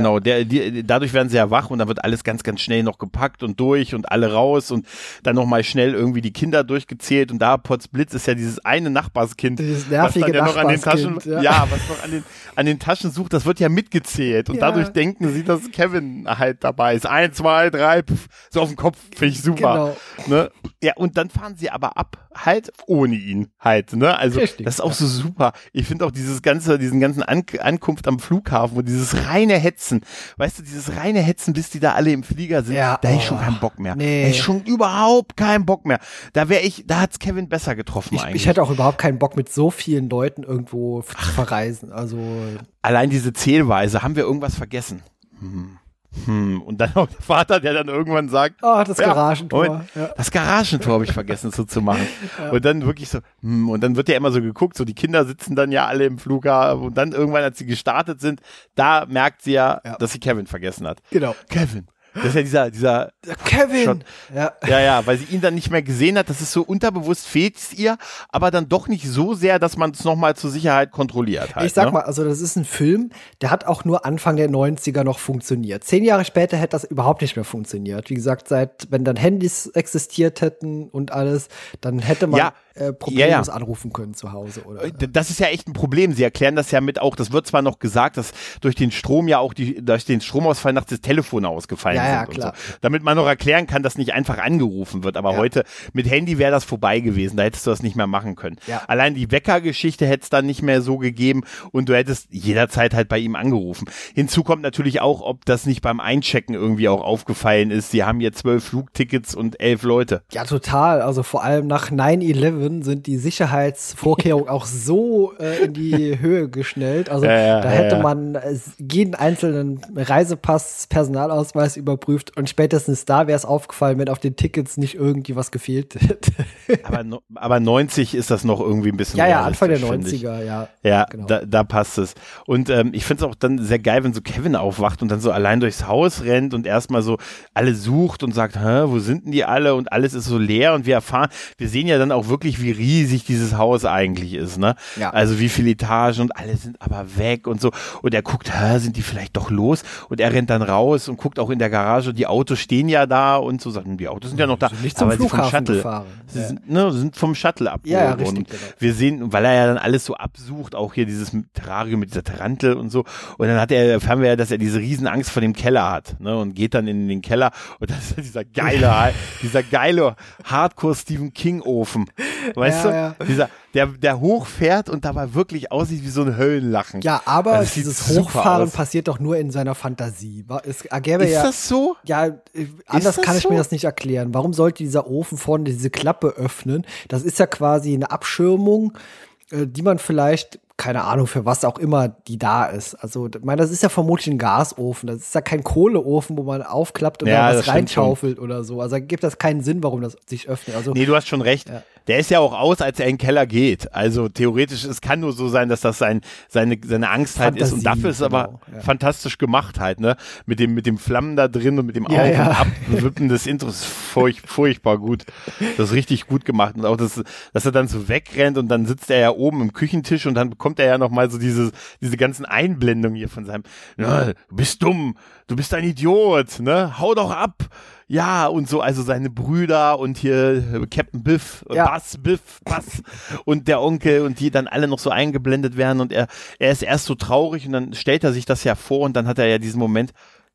Dadurch werden sie ja wach und dann wird alles ganz, ganz schnell noch gepackt und durch und alle raus und dann nochmal schnell irgendwie die Kinder durchgezählt und da Potzblitz ist ja dieses eine Nachbarskind, dieses nervige was dann ja noch an den Taschen, was noch an den Taschen sucht, das wird ja mitgezählt und dadurch denken sie, dass Kevin halt dabei ist. 1, 2, 3, so auf den Kopf, finde ich super. Genau. Ne? Ja, und dann fahren sie aber ab, halt ohne ihn halt, ne? Also richtig, das ist auch so super. Ich finde auch diesen ganzen Ankunft am Flughafen und dieses reine Hetzen, weißt du, bis die da alle im Flieger sind, da hätte ich schon keinen Bock mehr. Nee. Da hätte ich schon überhaupt keinen Bock mehr. Da hat's Kevin besser getroffen eigentlich. Ich hätte auch überhaupt keinen Bock, mit so vielen Leuten irgendwo zu verreisen. Also allein diese Zählweise, haben wir irgendwas vergessen? Und dann auch der Vater, der dann irgendwann sagt, das Garagentor. Das Garagentor habe ich vergessen so zu machen. Und dann wirklich so, und dann wird ja immer so geguckt, so die Kinder sitzen dann ja alle im Flughafen und dann irgendwann, als sie gestartet sind, da merkt sie ja, dass sie Kevin vergessen hat. Genau. Kevin. Das ist ja dieser Kevin. Shot. Ja, weil sie ihn dann nicht mehr gesehen hat. Das ist so unterbewusst, fehlt es ihr, aber dann doch nicht so sehr, dass man es nochmal zur Sicherheit kontrolliert halt. Ich sag mal, also das ist ein Film, der hat auch nur Anfang der 90er noch funktioniert. 10 Jahre später hätte das überhaupt nicht mehr funktioniert. Wie gesagt, wenn dann Handys existiert hätten und alles, dann hätte man problemlos anrufen können zu Hause. Oder? Das ist ja echt ein Problem. Sie erklären das ja mit auch, das wird zwar noch gesagt, dass durch den Stromausfall nachts das Telefon ausgefallen sind klar. und so. Damit man noch erklären kann, dass nicht einfach angerufen wird. Aber heute mit Handy wäre das vorbei gewesen. Da hättest du das nicht mehr machen können. Ja. Allein die Weckergeschichte hätte es dann nicht mehr so gegeben und du hättest jederzeit halt bei ihm angerufen. Hinzu kommt natürlich auch, ob das nicht beim Einchecken irgendwie auch aufgefallen ist. Sie haben hier 12 Flugtickets und 11 Leute. Ja, total. Also vor allem nach 9/11 sind die Sicherheitsvorkehrungen auch so in die Höhe geschnellt. Also da hätte man jeden einzelnen Reisepass, Personalausweis überprüft und spätestens da wäre es aufgefallen, wenn auf den Tickets nicht irgendwie was gefehlt hätte. Aber 90 ist das noch irgendwie ein bisschen Ja, Anfang der realistisch, 90er, ja. Ja, genau. da passt es. Und ich finde es auch dann sehr geil, wenn so Kevin aufwacht und dann so allein durchs Haus rennt und erstmal so alle sucht und sagt, wo sind denn die alle? Und alles ist so leer und wir sehen ja dann auch wirklich, wie riesig dieses Haus eigentlich ist, ne? Ja. Also wie viele Etagen und alle sind aber weg und so. Und er guckt, sind die vielleicht doch los? Und er rennt dann raus und guckt auch in der Garage, die Autos stehen ja da und so sagen, die Autos sind ja noch da. Sind nicht zum aber Flughafen gefahren. Sie sind vom Shuttle abgeholt. Ja, richtig, und genau. wir sehen, weil er ja dann alles so absucht, auch hier dieses Terrarium mit dieser Tarantel und so. Und dann erfahren wir ja, dass er diese Riesen Angst vor dem Keller hat, ne? Und geht dann in den Keller und das ist dieser geile Hardcore Stephen King Ofen. Weißt du? Der hochfährt und dabei wirklich aussieht wie so ein Höllenlachen. Ja, aber das dieses super Hochfahren aus. passiert doch nur in seiner Fantasie. Ist das so? Ja, anders das kann ich so? mir das nicht erklären. Warum sollte dieser Ofen vorne diese Klappe öffnen? Das ist ja quasi eine Abschirmung, die man vielleicht, keine Ahnung, für was auch immer die da ist. Also, ich meine, das ist ja vermutlich ein Gasofen. Das ist ja kein Kohleofen, wo man aufklappt und da was reinschaufelt oder so. Also, gibt das keinen Sinn, warum das sich öffnet. Also, Nee, du hast schon recht. Ja. Der ist ja auch aus, als er in den Keller geht. Also theoretisch, es kann nur so sein, dass das seine Angst halt ist. Und dafür ist es aber fantastisch gemacht halt, ne? Mit dem Flammen da drin und mit dem Auf- und Abwippen des Intros. Furchtbar gut. Das ist richtig gut gemacht. Und auch, dass er dann so wegrennt und dann sitzt er ja oben im Küchentisch und dann bekommt er ja nochmal so diese ganzen Einblendungen hier von seinem, du bist dumm, du bist ein Idiot, ne? Hau doch ab. Ja, und so, also seine Brüder und hier Captain Biff, Biff, Bass und der Onkel und die dann alle noch so eingeblendet werden und er ist erst so traurig und dann stellt er sich das ja vor und dann hat er ja diesen Moment,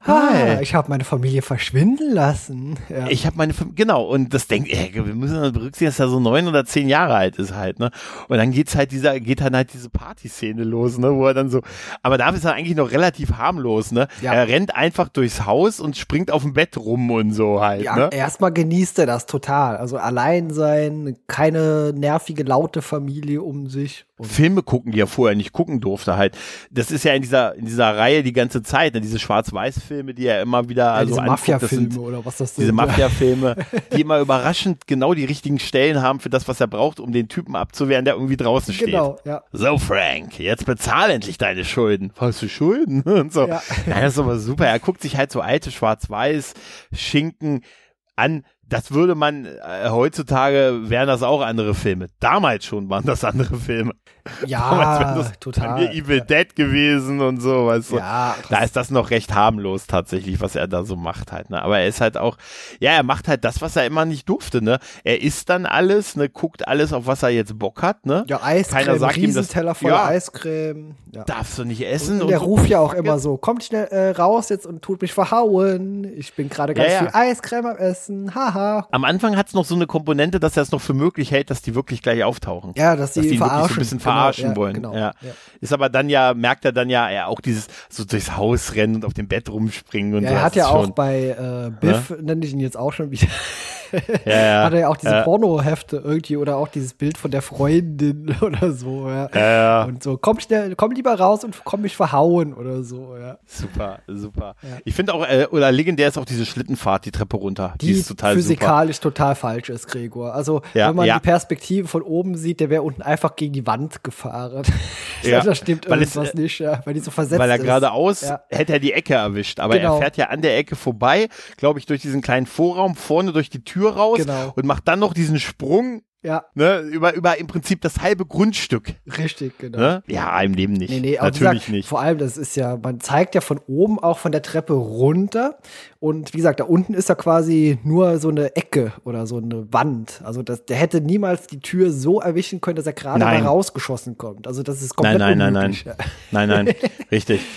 ich habe meine Familie verschwinden lassen. Ja. Ich habe genau, und das wir müssen berücksichtigen, dass er so 9 oder 10 Jahre alt ist halt, ne? Und dann geht dann halt diese Partyszene los, ne? Wo er dann so, aber da ist er eigentlich noch relativ harmlos, ne? Ja. Er rennt einfach durchs Haus und springt auf dem Bett rum und so halt, ja, ne? Erstmal genießt er das total. Also allein sein, keine nervige, laute Familie um sich. Filme gucken, die er vorher nicht gucken durfte halt. Das ist ja in dieser Reihe die ganze Zeit, ne? Diese Schwarz-Weiß-Filme, die er immer wieder diese Mafia-Filme oder was das sind. Diese Mafia-Filme, die immer überraschend genau die richtigen Stellen haben für das, was er braucht, um den Typen abzuwehren, der irgendwie draußen steht. Genau, ja. So, Frank, jetzt bezahl endlich deine Schulden. Hast du Schulden? Und so. Ja. Nein, das ist aber super. Er guckt sich halt so alte Schwarz-Weiß-Schinken an. Das würde man, heutzutage wären das auch andere Filme. Damals schon waren das andere Filme. Ja, total. Bei mir Evil Dead gewesen und so, weißt du. Ja, da ist das noch recht harmlos tatsächlich, was er da so macht halt, ne. Aber er ist halt auch, er macht halt das, was er immer nicht durfte, ne. Er isst dann alles, ne, guckt alles, auf was er jetzt Bock hat, ne. Ja, Eiscreme, keiner sagt ihm das, Teller voll Eiscreme. Ja. Darfst du nicht essen. Und der ruft ja auch immer so, kommt schnell raus jetzt und tut mich verhauen. Ich bin gerade ganz viel Eiscreme am Essen, haha. Am Anfang hat es noch so eine Komponente, dass er es noch für möglich hält, dass die wirklich gleich auftauchen. Ja, dass die ihn verarschen. So ein bisschen verarschen wollen. Genau. Ja. Ist aber dann merkt er dann ja auch dieses so durchs Haus rennen und auf dem Bett rumspringen und so. Er hat ja auch bei Biff, nenne ich ihn jetzt auch schon wieder, hat er ja auch diese Pornohefte irgendwie oder auch dieses Bild von der Freundin oder so. Ja. Und so, komm lieber raus und komm mich verhauen oder so. Ja. Super. Ja. Ich finde auch, oder legendär ist auch diese Schlittenfahrt, die Treppe runter. Die ist total physikalisch super. total falsch ist, Gregor. Also, wenn man die Perspektive von oben sieht, der wäre unten einfach gegen die Wand gefahren. Da stimmt irgendwas nicht, weil die so versetzt ist. Weil er geradeaus hätte er die Ecke erwischt, aber er fährt ja an der Ecke vorbei, glaube ich, durch diesen kleinen Vorraum, vorne durch die Tür raus und macht dann noch diesen Sprung. Ja. Ne, über im Prinzip das halbe Grundstück. Richtig, genau. Ne? Ja, im Leben nicht. Nee, natürlich nicht. Vor allem, das ist ja, man zeigt ja von oben auch von der Treppe runter. Und wie gesagt, da unten ist ja quasi nur so eine Ecke oder so eine Wand. Also der hätte niemals die Tür so erwischen können, dass er gerade mal rausgeschossen kommt. Also das ist komplett unmöglich. Nein, richtig.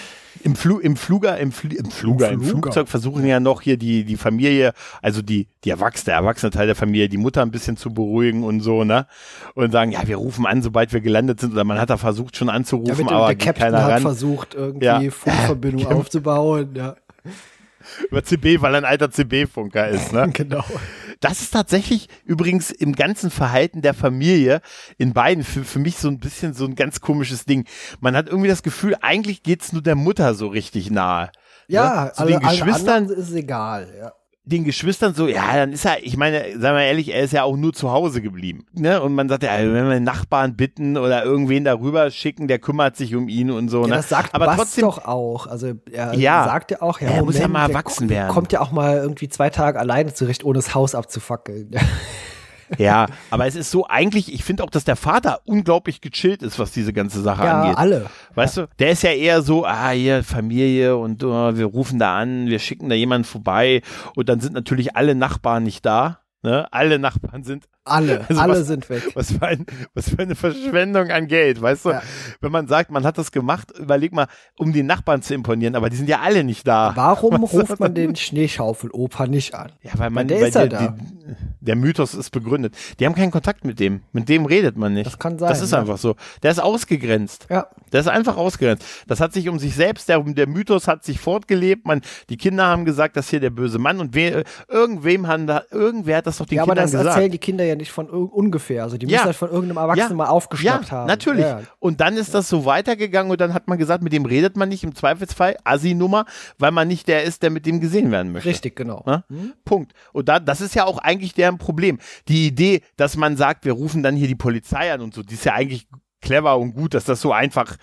Im Flugzeug versuchen ja noch hier die Familie, also der erwachsene Teil der Familie, die Mutter ein bisschen zu beruhigen und so, ne? Und sagen, ja, wir rufen an, sobald wir gelandet sind. Oder man hat da versucht schon anzurufen, aber der Captain keiner hat ran. versucht, irgendwie Funkverbindung aufzubauen, ja. Über CB, weil er ein alter CB-Funker ist, ne? Genau. Das ist tatsächlich übrigens im ganzen Verhalten der Familie in beiden für mich so ein bisschen so ein ganz komisches Ding. Man hat irgendwie das Gefühl, eigentlich geht's nur der Mutter so richtig nahe. Ja, ne? So den Geschwistern ist es egal, ja. Den Geschwistern so, ja, dann ist er, ich meine, sagen wir ehrlich, er ist ja auch nur zu Hause geblieben. Ne? Und man sagt ja, wenn wir den Nachbarn bitten oder irgendwen darüber schicken, der kümmert sich um ihn und so. Ja, ne? das sagt aber Buzz trotzdem doch auch. Also er sagt ja auch, ja, er muss ja mal erwachsen werden. Kommt ja auch mal irgendwie 2 Tage alleine zurecht, ohne das Haus abzufackeln. Ja, aber es ist so eigentlich, ich finde auch, dass der Vater unglaublich gechillt ist, was diese ganze Sache angeht. Ja, alle. Weißt du, der ist ja eher so, hier Familie und wir rufen da an, wir schicken da jemanden vorbei und dann sind natürlich alle Nachbarn nicht da. Ne? Alle Nachbarn sind alle sind weg. Was für eine Verschwendung an Geld, weißt du? Ja. Wenn man sagt, man hat das gemacht, überleg mal, um den Nachbarn zu imponieren, aber die sind ja alle nicht da. Warum ruft man den Schneeschaufel-Opa nicht an? Ja, weil der Mythos ist begründet. Die haben keinen Kontakt mit dem redet man nicht. Das kann sein. Das ist einfach so. Der ist ausgegrenzt. Ja. Der ist einfach ausgegrenzt. Das hat sich um sich selbst, der Mythos hat sich fortgelebt. Die Kinder haben gesagt, das hier der böse Mann und irgendwer hat das doch den Kindern gesagt. Aber das erzählen die Kinder ja nicht von ungefähr. Also die müssen halt von irgendeinem Erwachsenen mal aufgeschnappt haben. Natürlich. Ja. Und dann ist das so weitergegangen und dann hat man gesagt, mit dem redet man nicht, im Zweifelsfall Assi-Nummer, weil man nicht der ist, der mit dem gesehen werden möchte. Richtig, genau. Punkt. Und das ist ja auch eigentlich deren Problem. Die Idee, dass man sagt, wir rufen dann hier die Polizei an und so, die ist ja eigentlich clever und gut, dass das so einfach,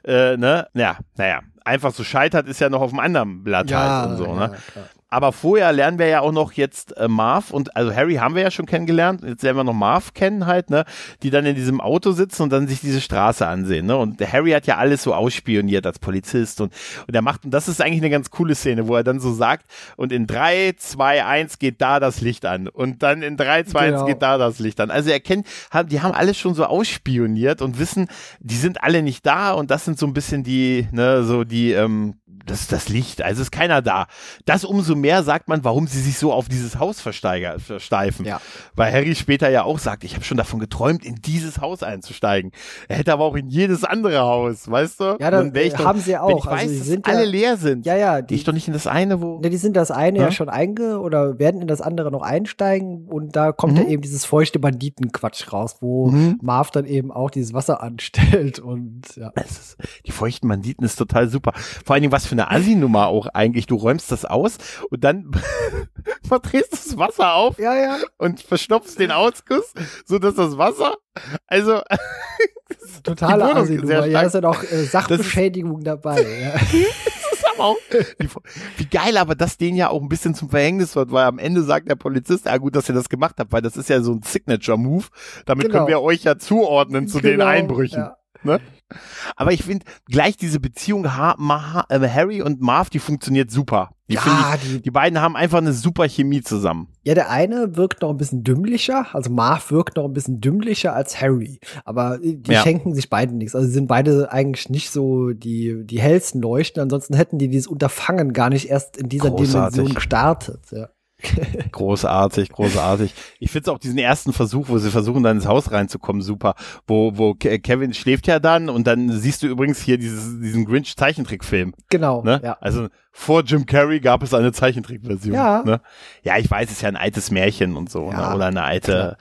einfach so scheitert, ist ja noch auf einem anderen Blatt halt und so, ne? Klar. Aber vorher lernen wir ja auch noch jetzt Marv also Harry haben wir ja schon kennengelernt, jetzt lernen wir noch Marv kennen halt, ne, die dann in diesem Auto sitzen und dann sich diese Straße ansehen, ne, und der Harry hat ja alles so ausspioniert als Polizist und er macht, und das ist eigentlich eine ganz coole Szene, wo er dann so sagt, und in 3, 2, 1 geht da das Licht an und dann in 3, 2, 1 geht da das Licht an. Also die haben alles schon so ausspioniert und wissen, die sind alle nicht da und das sind so ein bisschen das ist das Licht, also ist keiner da. Das umso mehr sagt man, warum sie sich so auf dieses Haus versteifen. Ja. Weil Harry später ja auch sagt, ich habe schon davon geträumt, in dieses Haus einzusteigen. Er hätte aber auch in jedes andere Haus, weißt du? Ja, das haben sie auch. Wenn ich weiß, dass alle leer sind, gehe ich doch nicht in das eine, wo... Ne, die sind das eine ja schon oder werden in das andere noch einsteigen und da kommt dann eben dieses feuchte Banditenquatsch raus, wo Marv dann eben auch dieses Wasser anstellt und ja. Die feuchten Banditen ist total super. Vor allen Dingen, was für eine Assi-Nummer auch eigentlich. Du räumst das aus und dann verdrehst das Wasser auf und verstopfst den Ausguss, sodass das Wasser, also totale Assi-Nummer. Ja, ist ja noch Sachbeschädigung dabei. Ja. Das ist aber auch, wie geil, aber das denen ja auch ein bisschen zum Verhängnis wird, weil am Ende sagt der Polizist, ja gut, dass ihr das gemacht habt, weil das ist ja so ein Signature-Move. Damit können wir euch ja zuordnen zu den Einbrüchen. Ja. Ne? Aber ich finde, gleich diese Beziehung Harry und Marv, die funktioniert super. Die beiden haben einfach eine super Chemie zusammen. Ja, der eine wirkt noch ein bisschen dümmlicher, also Marv wirkt noch ein bisschen dümmlicher als Harry. Aber die schenken sich beide nichts. Also sie sind beide eigentlich nicht so die hellsten Leuchten. Ansonsten hätten die dieses Unterfangen gar nicht erst in dieser Dimension gestartet. Ja. Großartig. Ich finde auch diesen ersten Versuch, wo sie versuchen, dann ins Haus reinzukommen, super. Wo Kevin schläft ja dann und dann siehst du übrigens hier diesen Grinch-Zeichentrickfilm. Genau, ne? Ja. Also vor Jim Carrey gab es eine Zeichentrickversion. Ja. Ne? Ja, ich weiß, es ist ja ein altes Märchen und so, ne? Oder eine alte,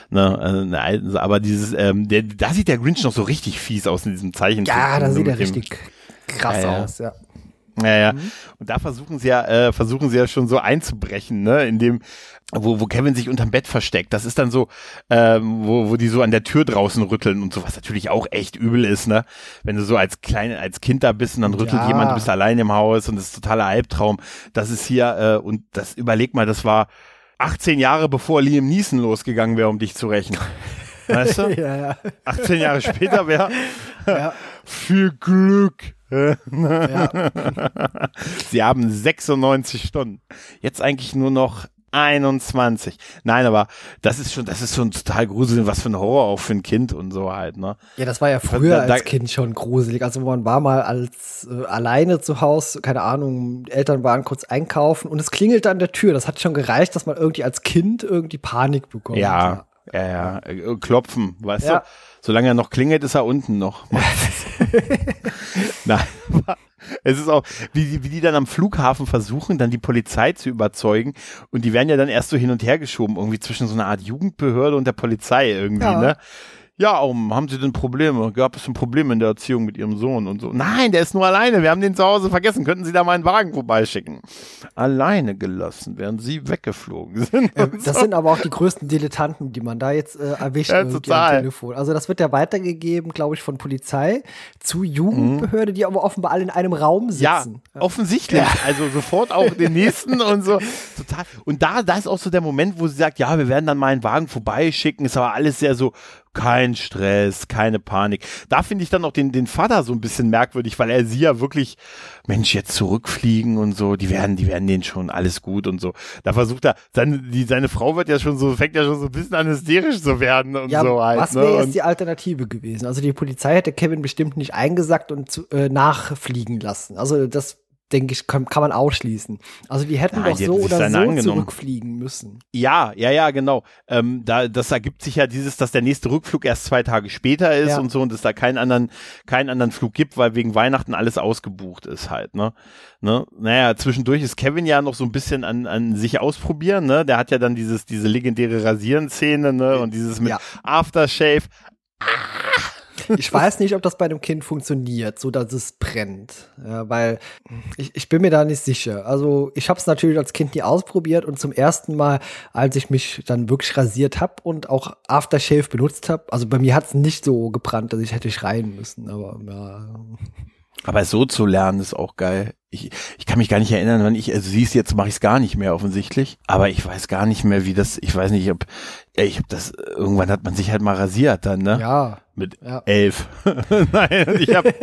aber dieses, da sieht der Grinch noch so richtig fies aus in diesem Zeichentrick. Ja, da sieht er richtig krass aus, ja. Ja. Und da versuchen sie ja schon so einzubrechen, ne, in dem, wo Kevin sich unterm Bett versteckt. Das ist dann so, wo die so an der Tür draußen rütteln und so, was natürlich auch echt übel ist, ne. Wenn du so als Kind da bist und dann rüttelt jemand, du bist allein im Haus und das ist totaler Albtraum. Das ist hier, und das, überleg mal, das war 18 Jahre bevor Liam Neeson losgegangen wäre, um dich zu rächen. Weißt du? Ja. 18 Jahre später wäre viel Glück. Ja. Sie haben 96 Stunden. Jetzt eigentlich nur noch 21. Nein, aber das ist schon total gruselig, was für ein Horror auch für ein Kind und so halt, ne? Ja, das war ja früher als Kind schon gruselig. Also man war mal als alleine zu Hause, keine Ahnung, Eltern waren kurz einkaufen und es klingelte an der Tür. Das hat schon gereicht, dass man irgendwie als Kind irgendwie Panik bekommt. Ja. Klopfen, weißt du? Solange er noch klingelt, ist er unten noch. Nein, es ist auch, wie die dann am Flughafen versuchen, dann die Polizei zu überzeugen und die werden ja dann erst so hin und her geschoben, irgendwie zwischen so einer Art Jugendbehörde und der Polizei irgendwie, ne? Ja, haben Sie denn Probleme? Gab es ein Problem in der Erziehung mit Ihrem Sohn und so? Nein, der ist nur alleine. Wir haben den zu Hause vergessen. Könnten Sie da mal einen Wagen vorbeischicken? Alleine gelassen, während Sie weggeflogen sind. Das sind aber auch die größten Dilettanten, die man da jetzt erwischt irgendwie am Telefon. Also das wird ja weitergegeben, glaube ich, von Polizei zu Jugendbehörde, die aber offenbar alle in einem Raum sitzen. Ja, offensichtlich. Ja. Also sofort auch den nächsten und so. Total. Und da ist auch so der Moment, wo sie sagt, ja, wir werden dann mal einen Wagen vorbeischicken. Ist aber alles sehr so, kein Stress, keine Panik. Da finde ich dann auch den Vater so ein bisschen merkwürdig, weil er sie ja wirklich, Mensch, jetzt zurückfliegen und so, die werden den schon alles gut und so. Da versucht er, seine Frau fängt ja schon so ein bisschen an hysterisch zu werden und so halt. Was wäre jetzt die Alternative gewesen? Also die Polizei hätte Kevin bestimmt nicht eingesackt und nachfliegen lassen. Also das denke ich, kann man ausschließen. Also die hätten doch so oder so zurückfliegen müssen. Ja, genau. Das ergibt sich ja dass der nächste Rückflug erst 2 Tage später ist und so und es da keinen anderen Flug gibt, weil wegen Weihnachten alles ausgebucht ist halt, ne? Naja, zwischendurch ist Kevin ja noch so ein bisschen an sich ausprobieren, ne? Der hat ja dann diese legendäre Rasieren-Szene, ne? Und dieses mit Aftershave. Ich weiß nicht, ob das bei einem Kind funktioniert, so dass es brennt. Ja, weil ich bin mir da nicht sicher. Also ich habe es natürlich als Kind nie ausprobiert und zum ersten Mal, als ich mich dann wirklich rasiert habe und auch Aftershave benutzt habe, also bei mir hat es nicht so gebrannt, dass ich hätte schreien müssen. Aber so zu lernen ist auch geil. Ich kann mich gar nicht erinnern, wann siehst jetzt mache ich es gar nicht mehr offensichtlich, aber ich weiß gar nicht mehr, wie das, ich weiß nicht, ich habe das, irgendwann hat man sich halt mal rasiert dann, ne? Ja. Mit 11. Nein,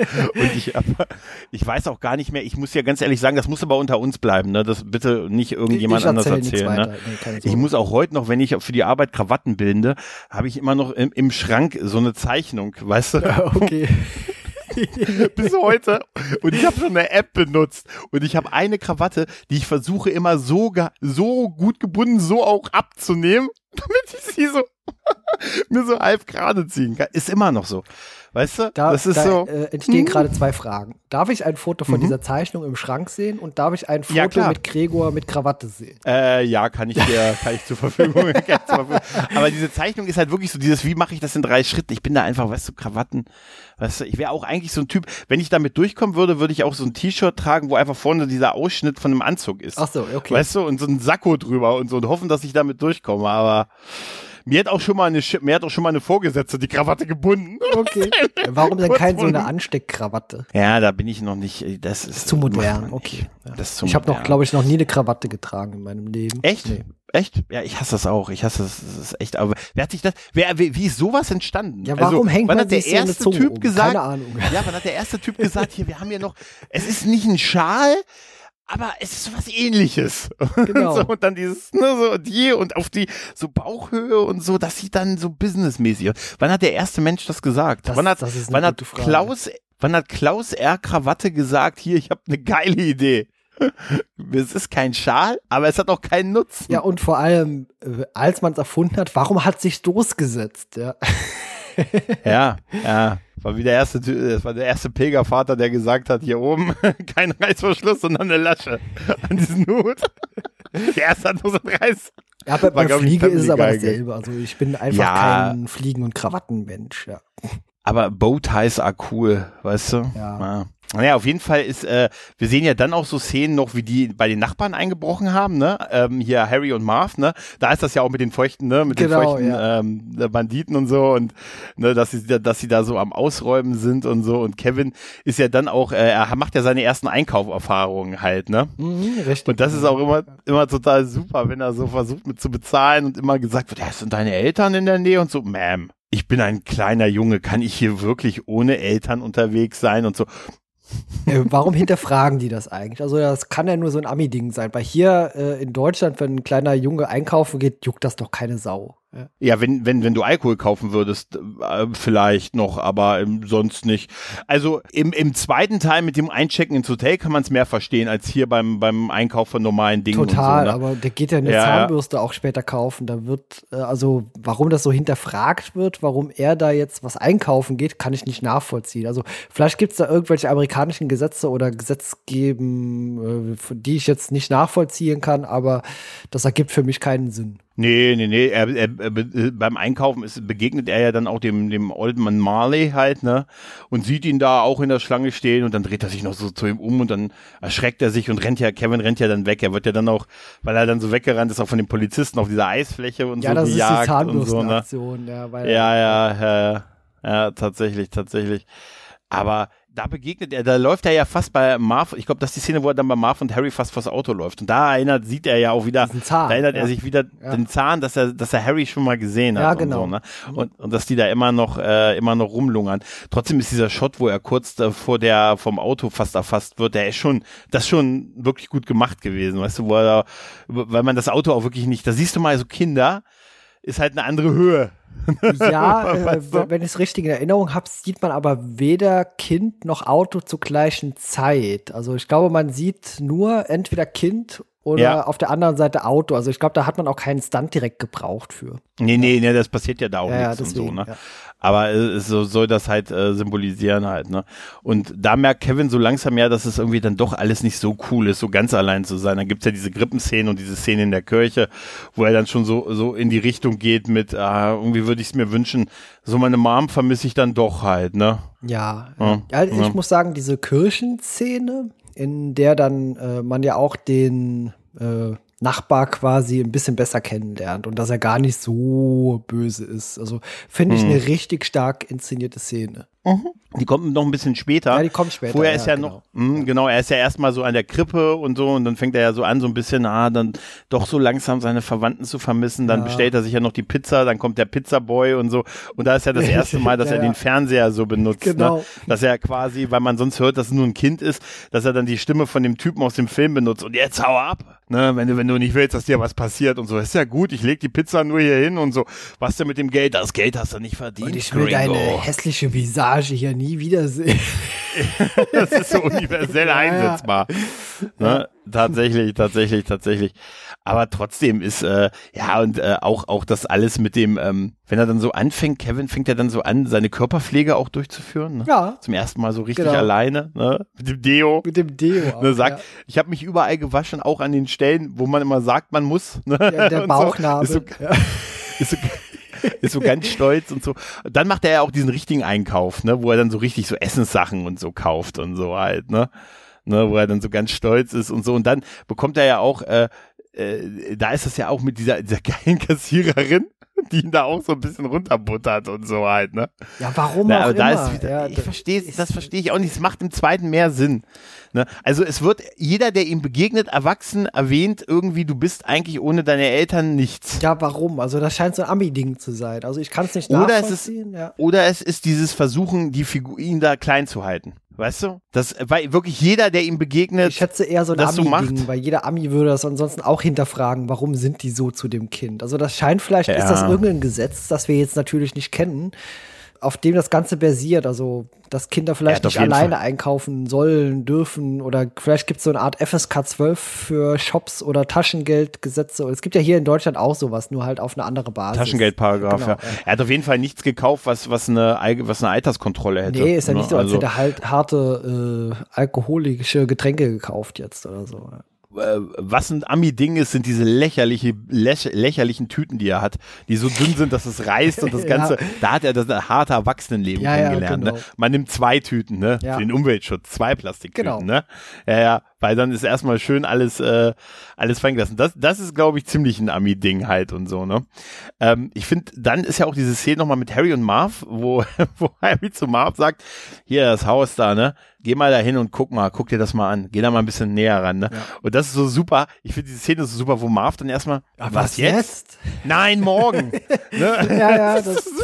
ich weiß auch gar nicht mehr, ich muss ja ganz ehrlich sagen, das muss aber unter uns bleiben, ne? Das bitte nicht irgendjemand anders erzählen, ne? Nee, ich muss auch heute noch, wenn ich für die Arbeit Krawatten binde, habe ich immer noch im Schrank so eine Zeichnung, weißt du? Ja, okay. Bis heute. Und ich habe schon eine App benutzt. Und ich habe eine Krawatte, die ich versuche immer so gut gebunden, so auch abzunehmen, damit ich sie so mir so halb gerade ziehen kann. Ist immer noch so. Weißt du? Das ist so. Entstehen gerade 2 Fragen. Darf ich ein Foto von dieser Zeichnung im Schrank sehen und darf ich ein Foto mit Gregor mit Krawatte sehen? Ja, kann ich zur Verfügung. Aber diese Zeichnung ist halt wirklich so wie mache ich das in 3 Schritten? Ich bin da einfach, weißt du, Krawatten. Weißt du, ich wäre auch eigentlich so ein Typ, wenn ich damit durchkommen würde ich auch so ein T-Shirt tragen, wo einfach vorne dieser Ausschnitt von einem Anzug ist. Ach so, okay. Weißt du, und so ein Sakko drüber und so und hoffen, dass ich damit durchkomme, aber mir hat auch schon mal eine Vorgesetzte die Krawatte gebunden. Okay. Warum denn keine so eine Ansteckkrawatte? Ja, da bin ich noch nicht. Das ist zu modern. Okay. Ja. Das ist zu modern. Ich habe glaube ich, noch nie eine Krawatte getragen in meinem Leben. Echt? Nee. Echt? Ja, ich hasse das auch. Das ist echt. Aber wie ist sowas entstanden? Ja, warum hängt man sich so eine Zunge um? Gesagt? Keine Ahnung. Ja, wann hat der erste Typ gesagt, hier, wir haben hier noch, es ist nicht ein Schal, aber es ist so was Ähnliches. Genau. Und dann dieses, und auf die so Bauchhöhe und so, das sieht dann so businessmäßig aus. Wann hat der erste Mensch das gesagt? Wann hat Klaus R. Krawatte gesagt, hier, ich habe eine geile Idee. Es ist kein Schal, aber es hat auch keinen Nutzen. Ja, und vor allem, als man es erfunden hat, warum hat es sich durchgesetzt? Ja. Ja. Das war der erste Pilgervater, der gesagt hat, hier oben kein Reißverschluss, sondern eine Lasche an diesen Hut. Der erste hat nur so einen Reiß. Ja, bei Fliege ist es aber dasselbe. Also ich bin einfach kein Fliegen- und Krawattenmensch, ja. Aber Bowties are cool, weißt du? Ja. Naja, auf jeden Fall ist, wir sehen ja dann auch so Szenen noch, wie die bei den Nachbarn eingebrochen haben, ne? Hier Harry und Marv, ne? Da ist das ja auch mit den feuchten, ne? Mit den feuchten Banditen und so und ne, dass sie da so am Ausräumen sind und so. Und Kevin ist ja dann auch, er macht ja seine ersten Einkauferfahrungen halt, ne? Richtig. Und das ist auch immer total super, wenn er so versucht mit zu bezahlen und immer gesagt wird, ja, sind deine Eltern in der Nähe und so, Ma'am, ich bin ein kleiner Junge, kann ich hier wirklich ohne Eltern unterwegs sein und so. Warum hinterfragen die das eigentlich? Also das kann ja nur so ein Ami-Ding sein. Weil hier in Deutschland, wenn ein kleiner Junge einkaufen geht, juckt das doch keine Sau. Ja, wenn du Alkohol kaufen würdest, vielleicht noch, aber sonst nicht. Also im zweiten Teil mit dem Einchecken ins Hotel kann man es mehr verstehen, als hier beim Einkauf von normalen Dingen. Total, und so, ne? aber der geht ja eine Zahnbürste auch später kaufen. Da wird, also warum das so hinterfragt wird, warum er da jetzt was einkaufen geht, kann ich nicht nachvollziehen. Also vielleicht gibt es da irgendwelche amerikanischen Gesetze oder Gesetzgeben, die ich jetzt nicht nachvollziehen kann, aber das ergibt für mich keinen Sinn. Nee. Beim Einkaufen begegnet er ja dann auch dem Old Man Marley halt, ne? Und sieht ihn da auch in der Schlange stehen und dann dreht er sich noch so zu ihm um und dann erschreckt er sich und Kevin rennt ja dann weg. Er wird ja dann auch, weil er dann so weggerannt ist, auch von den Polizisten auf dieser Eisfläche und so das gejagt ist die Zahnbürstenaktion, ne? Ja, tatsächlich. Aber da begegnet er, da läuft er ja fast bei Marv, ich glaube, das ist die Szene, wo er dann bei Marv und Harry fast vors Auto läuft. Und da sieht er ja auch wieder, Zahn, da erinnert er sich wieder den Zahn, dass er Harry schon mal gesehen hat. Ja, genau. Und, so, ne? Und dass die da immer noch rumlungern. Trotzdem ist dieser Shot, wo er kurz vom Auto fast erfasst wird, das ist schon wirklich gut gemacht gewesen, weißt du, weil man das Auto auch wirklich nicht, da siehst du mal so Kinder, ist halt eine andere Höhe. Ja, wenn ich es richtig in Erinnerung habe, sieht man aber weder Kind noch Auto zur gleichen Zeit. Also ich glaube, man sieht nur entweder Kind oder auf der anderen Seite Auto. Also ich glaube, da hat man auch keinen Stunt direkt gebraucht für. Nee, das passiert ja da auch nichts deswegen, und so, ne? Aber so soll das halt symbolisieren halt, ne? Und da merkt Kevin so langsam ja, dass es irgendwie dann doch alles nicht so cool ist, so ganz allein zu sein. Dann gibt's ja diese Grippenszene und diese Szene in der Kirche, wo er dann schon so in die Richtung geht mit, irgendwie würde ich es mir wünschen, so meine Mom vermisse ich dann doch halt, ne? Ja, ich muss sagen, diese Kirchenszene, in der dann man ja auch den Nachbar quasi ein bisschen besser kennenlernt und dass er gar nicht so böse ist. Also finde ich eine richtig stark inszenierte Szene. Die kommt noch ein bisschen später. Ja, die kommt später. Vorher ist ja noch, genau, er ist ja erstmal so an der Krippe und so und dann fängt er ja so an, so ein bisschen, dann doch so langsam seine Verwandten zu vermissen. Dann bestellt er sich ja noch die Pizza, dann kommt der Pizzaboy und so. Und da ist ja das erste Mal, dass er den Fernseher so benutzt. Genau. Ne? Dass er quasi, weil man sonst hört, dass es nur ein Kind ist, dass er dann die Stimme von dem Typen aus dem Film benutzt. Und jetzt hau ab, ne? Wenn du nicht willst, dass dir was passiert und so. Ist ja gut, ich leg die Pizza nur hier hin und so. Was denn mit dem Geld? Das Geld hast du nicht verdient, und ich will deine hässliche Visage hier nie wiedersehen. Das ist so universell einsetzbar. Ne? Tatsächlich. Aber trotzdem ist, auch das alles mit dem, wenn er dann so anfängt, Kevin fängt ja dann so an, seine Körperpflege auch durchzuführen. Ne? Ja. Zum ersten Mal so richtig alleine, ne? Mit dem Deo. Auch, ne? Sagt, ich habe mich überall gewaschen, auch an den Stellen, wo man immer sagt, man muss. Ne? Ja, der Bauchnabel. So. Ist so ganz stolz und so. Dann macht er ja auch diesen richtigen Einkauf, ne, wo er dann so richtig so Essenssachen und so kauft und so halt, ne, wo er dann so ganz stolz ist und so. Und dann bekommt er ja auch, da ist das ja auch mit dieser geilen Kassiererin, die ihn da auch so ein bisschen runterbuttert und so halt, ne. Ja, warum auch aber da immer. Ist wieder, das verstehe ich auch nicht. Es macht im zweiten mehr Sinn. Ne? Also es wird jeder, der ihm begegnet, erwachsen erwähnt, irgendwie, du bist eigentlich ohne deine Eltern nichts. Ja, warum? Also das scheint so ein Ami-Ding zu sein. Also ich kann es nicht nachvollziehen. Oder es ist dieses Versuchen, die Figur ihn da klein zu halten. Weißt du? Weil wirklich jeder, der ihm begegnet, ich schätze eher so ein Ami-Ding, weil jeder Ami würde das ansonsten auch hinterfragen, warum sind die so zu dem Kind? Also das scheint vielleicht, ist das irgendein Gesetz, das wir jetzt natürlich nicht kennen, auf dem das Ganze basiert, also dass Kinder vielleicht nicht alleine einkaufen sollen, dürfen oder vielleicht gibt es so eine Art FSK 12 für Shops oder Taschengeldgesetze. Es gibt ja hier in Deutschland auch sowas, nur halt auf eine andere Basis. Taschengeldparagraf, genau, ja. Er hat auf jeden Fall nichts gekauft, was eine Alterskontrolle hätte. Nee, ist ja nicht so, als hätte er halt harte alkoholische Getränke gekauft jetzt oder so. Was ein Ami-Ding ist, sind diese lächerlichen Tüten, die er hat, die so dünn sind, dass es reißt und das Ganze, da hat er das harte Erwachsenenleben kennengelernt. Genau. Ne? Man nimmt 2 Tüten, ne? Für den Umweltschutz, 2 Plastiktüten, ne? Ja, weil dann ist erstmal schön alles fallen gelassen. Das ist, glaube ich, ziemlich ein Ami-Ding halt und so, ne? Ich finde, dann ist ja auch diese Szene nochmal mit Harry und Marv, wo Harry zu Marv sagt, hier, das Haus da, ne? Geh mal da hin und guck dir das mal an. Geh da mal ein bisschen näher ran, ne? Ja. Und das ist so super. Ich finde diese Szene so super, wo Marv dann erstmal, was jetzt? Nein, morgen. Ne? Ja, das ist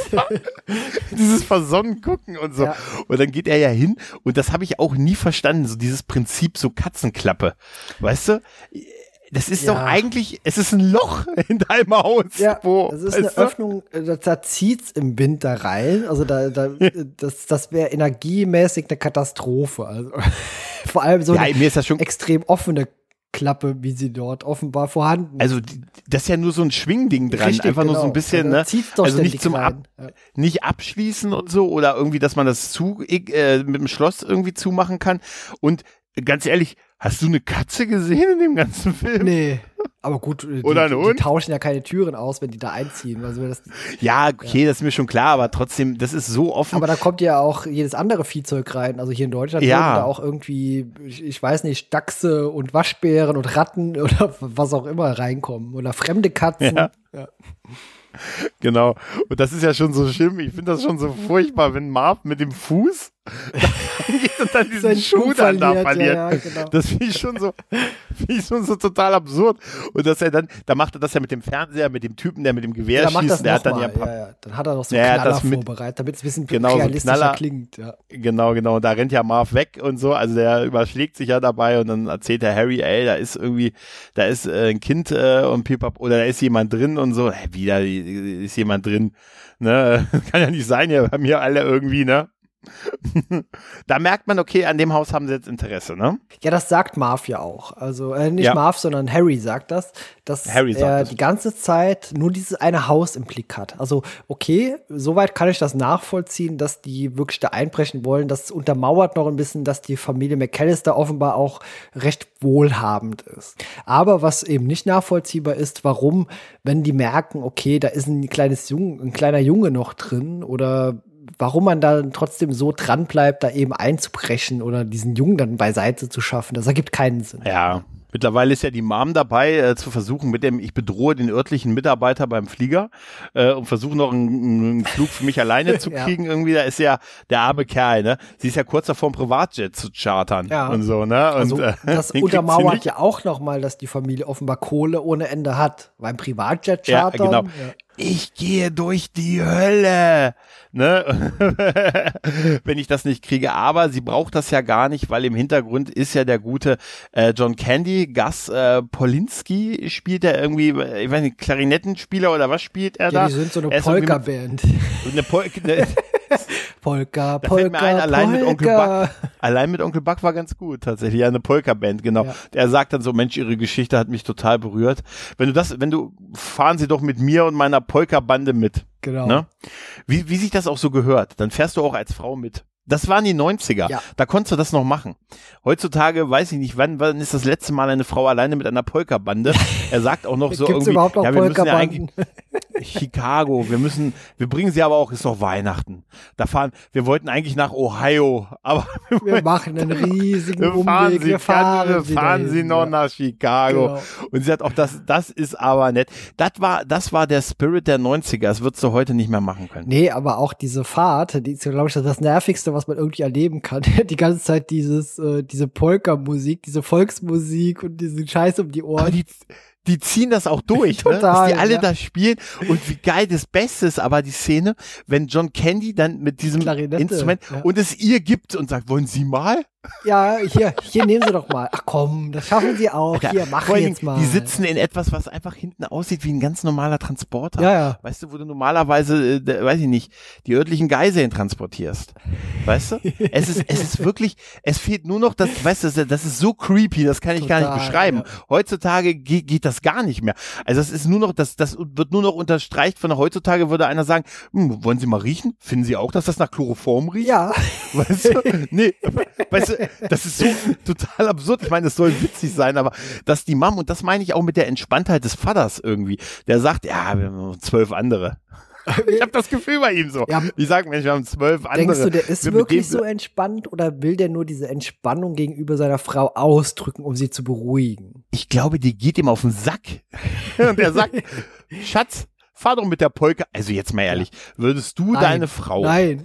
Dieses versonnen gucken und so. Ja. Und dann geht er ja hin und das habe ich auch nie verstanden, so dieses Prinzip so Katzenklappe. Weißt du? Das ist doch eigentlich, es ist ein Loch in deinem Haus. Ja, das ist eine Öffnung, da zieht's im Winter rein. Also das wäre energiemäßig eine Katastrophe. Also vor allem so mir ist das schon extrem offene Klappe, wie sie dort offenbar vorhanden ist. Also das ist ja nur so ein Schwingding dran, richtig, einfach nur so ein bisschen, ne? Also nicht zum nicht abschließen und so oder irgendwie, dass man das mit dem Schloss irgendwie zumachen kann. Und ganz ehrlich, hast du eine Katze gesehen in dem ganzen Film? Nee. Aber gut, die tauschen ja keine Türen aus, wenn die da einziehen. Also das das ist mir schon klar, aber trotzdem, das ist so offen. Aber da kommt ja auch jedes andere Viehzeug rein. Also hier in Deutschland würden da auch irgendwie, ich weiß nicht, Dachse und Waschbären und Ratten oder was auch immer reinkommen. Oder fremde Katzen. Ja. Genau. Und das ist ja schon so schlimm. Ich finde das schon so furchtbar, wenn Marv mit dem Fuß geht und dann diesen Schuh dann da verliert. Ja, genau. Das finde ich schon so total absurd. Und dass er dann macht er das ja mit dem Fernseher, mit dem Typen, der mit dem Gewehr schießt. Der hat dann Dann hat er noch so einen Knaller vorbereitet, damit es ein bisschen realistischer klingt. Ja. Genau. Und da rennt ja Marv weg und so. Also der überschlägt sich ja dabei und dann erzählt der Harry, da ist ein Kind und Pipap, oder da ist jemand drin und so. Wieder ist jemand drin. Ne? Kann ja nicht sein, ja, bei mir alle irgendwie, ne? Da merkt man, okay, an dem Haus haben sie jetzt Interesse, ne? Ja, das sagt Marv ja auch. Also nicht Marv, sondern Harry sagt das, dass er die ganze Zeit nur dieses eine Haus im Blick hat. Also okay, soweit kann ich das nachvollziehen, dass die wirklich da einbrechen wollen. Das untermauert noch ein bisschen, dass die Familie McAllister offenbar auch recht wohlhabend ist. Aber was eben nicht nachvollziehbar ist, warum, wenn die merken, okay, da ist ein kleiner Junge noch drin oder warum man da trotzdem so dran bleibt, da eben einzubrechen oder diesen Jungen dann beiseite zu schaffen, das ergibt keinen Sinn. Ja, mittlerweile ist ja die Mom dabei, zu versuchen ich bedrohe den örtlichen Mitarbeiter beim Flieger und versuche noch einen Flug für mich alleine zu kriegen irgendwie. Da ist ja der arme Kerl, ne? Sie ist ja kurz davor, ein Privatjet zu chartern und so, ne? Und, also das untermauert ja auch nochmal, dass die Familie offenbar Kohle ohne Ende hat. Beim Privatjet chartern. Ja, genau. Ja. Ich gehe durch die Hölle, ne? Wenn ich das nicht kriege. Aber sie braucht das ja gar nicht, weil im Hintergrund ist ja der gute John Candy, Gus Polinski spielt er irgendwie, ich weiß nicht, Klarinettenspieler oder was spielt er da? Die sind so eine Polka-Band. Polka, da fällt mir ein, allein mit Onkel Buck war ganz gut, tatsächlich, eine Polka-Band, genau. Ja. Der sagt dann so, Mensch, ihre Geschichte hat mich total berührt. Fahren Sie doch mit mir und meiner Polka-Bande mit. Genau. Ne? Wie sich das auch so gehört, dann fährst du auch als Frau mit. Das waren die 90er. Ja. Da konntest du das noch machen. Heutzutage weiß ich nicht, wann ist das letzte Mal eine Frau alleine mit einer Polka-Bande? Er sagt auch noch so Gibt's irgendwie, überhaupt noch wir müssen ja Polka-Banden? Chicago, wir bringen sie aber auch, ist doch Weihnachten. Wir wollten eigentlich nach Ohio, aber wir machen einen riesigen Umweg, wir fahren sie noch nach Chicago. Genau. Und sie sagt auch, das ist aber nett. Das war der Spirit der 90er, das würdest du heute nicht mehr machen können. Nee, aber auch diese Fahrt, die ist, glaube ich, das Nervigste, was man irgendwie erleben kann. Die ganze Zeit diese Polka-Musik, diese Volksmusik und diesen Scheiß um die Ohren. Aber die ziehen das auch durch, total, ne? Dass die alle da spielen und wie geil das Beste ist aber die Szene, wenn John Candy dann mit diesem Instrument und es ihr gibt und sagt, wollen Sie mal? Ja, hier nehmen Sie doch mal. Ach komm, das schaffen Sie auch. Alter, hier, mach jetzt mal. Die sitzen in etwas, was einfach hinten aussieht wie ein ganz normaler Transporter. Ja. Weißt du, wo du normalerweise, weiß ich nicht, die örtlichen Geiseln transportierst. Weißt du? Es ist wirklich, es fehlt nur noch das, weißt du, das ist so creepy, das kann ich gar nicht beschreiben. Ja. Heutzutage geht das gar nicht mehr. Also es ist nur noch, das wird nur noch unterstreicht von heutzutage würde einer sagen, wollen Sie mal riechen? Finden Sie auch, dass das nach Chloroform riecht? Ja. Weißt du? Nee, weißt du, das ist so total absurd. Ich meine, es soll witzig sein, aber dass die Mom, und das meine ich auch mit der Entspanntheit des Vaters irgendwie, der sagt, ja, wir haben noch 12 andere. Ich habe das Gefühl bei ihm so. Ja. Ich sage, Mensch, wir haben 12 andere. Denkst du, der ist wirklich so entspannt oder will der nur diese Entspannung gegenüber seiner Frau ausdrücken, um sie zu beruhigen? Ich glaube, die geht ihm auf den Sack. Und er sagt, Schatz, fahr doch mit der Polka. Also jetzt mal ehrlich, würdest du deine Frau... Nein.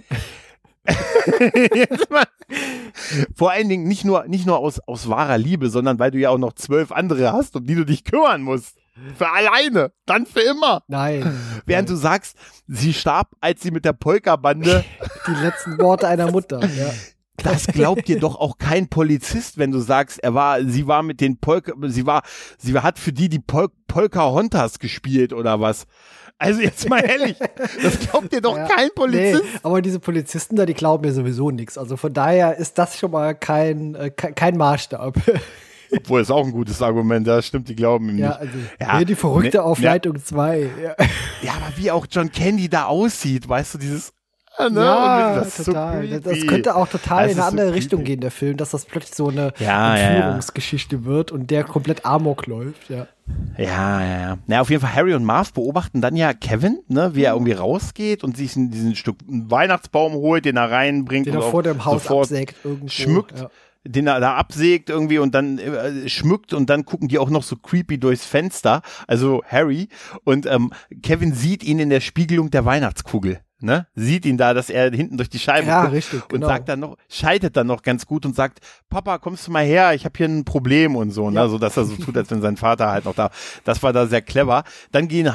Vor allen Dingen nicht nur aus wahrer Liebe, sondern weil du ja auch noch 12 andere hast, um die du dich kümmern musst. Für alleine. Dann für immer. Nein. Während du sagst, sie starb, als sie mit der Polka-Bande. Die letzten Worte einer Mutter, ja. Das glaubt dir doch auch kein Polizist, wenn du sagst, sie war mit den sie hat für die Polka-Hontas gespielt oder was. Also jetzt mal ehrlich, das glaubt dir doch kein Polizist. Nee, aber diese Polizisten da, die glauben mir sowieso nichts. Also von daher ist das schon mal kein Maßstab. Obwohl, ist auch ein gutes Argument, ja, stimmt, die glauben ihm nicht. Also, hier die Verrückte auf Leitung 2. Ja, aber wie auch John Candy da aussieht, weißt du, dieses Ja, total. So das könnte auch total in eine andere Richtung gehen, der Film, dass das plötzlich so eine Entführungsgeschichte wird und der komplett Amok läuft, ja. Ja. Na, auf jeden Fall, Harry und Marv beobachten dann ja Kevin, ne, wie er irgendwie rausgeht und sich diesen Stück Weihnachtsbaum holt, den er reinbringt. Den er vor dem Haus absägt irgendwo. Schmückt. Ja. Den er da absägt irgendwie und dann schmückt und dann gucken die auch noch so creepy durchs Fenster, also Harry, und Kevin sieht ihn in der Spiegelung der Weihnachtskugel. Ne? Sieht ihn da, dass er hinten durch die Scheibe guckt richtig, genau. Und sagt dann noch, scheidet dann noch ganz gut und sagt, Papa, kommst du mal her, ich habe hier ein Problem und so, ne? So dass er so tut, als wenn sein Vater halt noch da. Das war da sehr clever. Dann gehen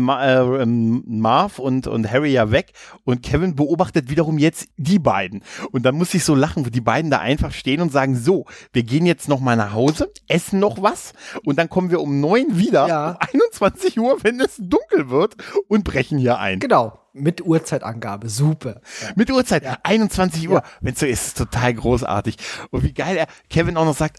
Marv und Harry ja weg und Kevin beobachtet wiederum jetzt die beiden. Und dann muss ich so lachen, wo die beiden da einfach stehen und sagen, so, wir gehen jetzt noch mal nach Hause, essen noch was und dann kommen wir um 9 wieder, um 21 Uhr, wenn es dunkel wird und brechen hier ein. Genau. Mit Uhrzeitangabe, super. Mit Uhrzeit, 21 Uhr. Wenn es so ist, ist es total großartig. Und wie geil Kevin auch noch sagt,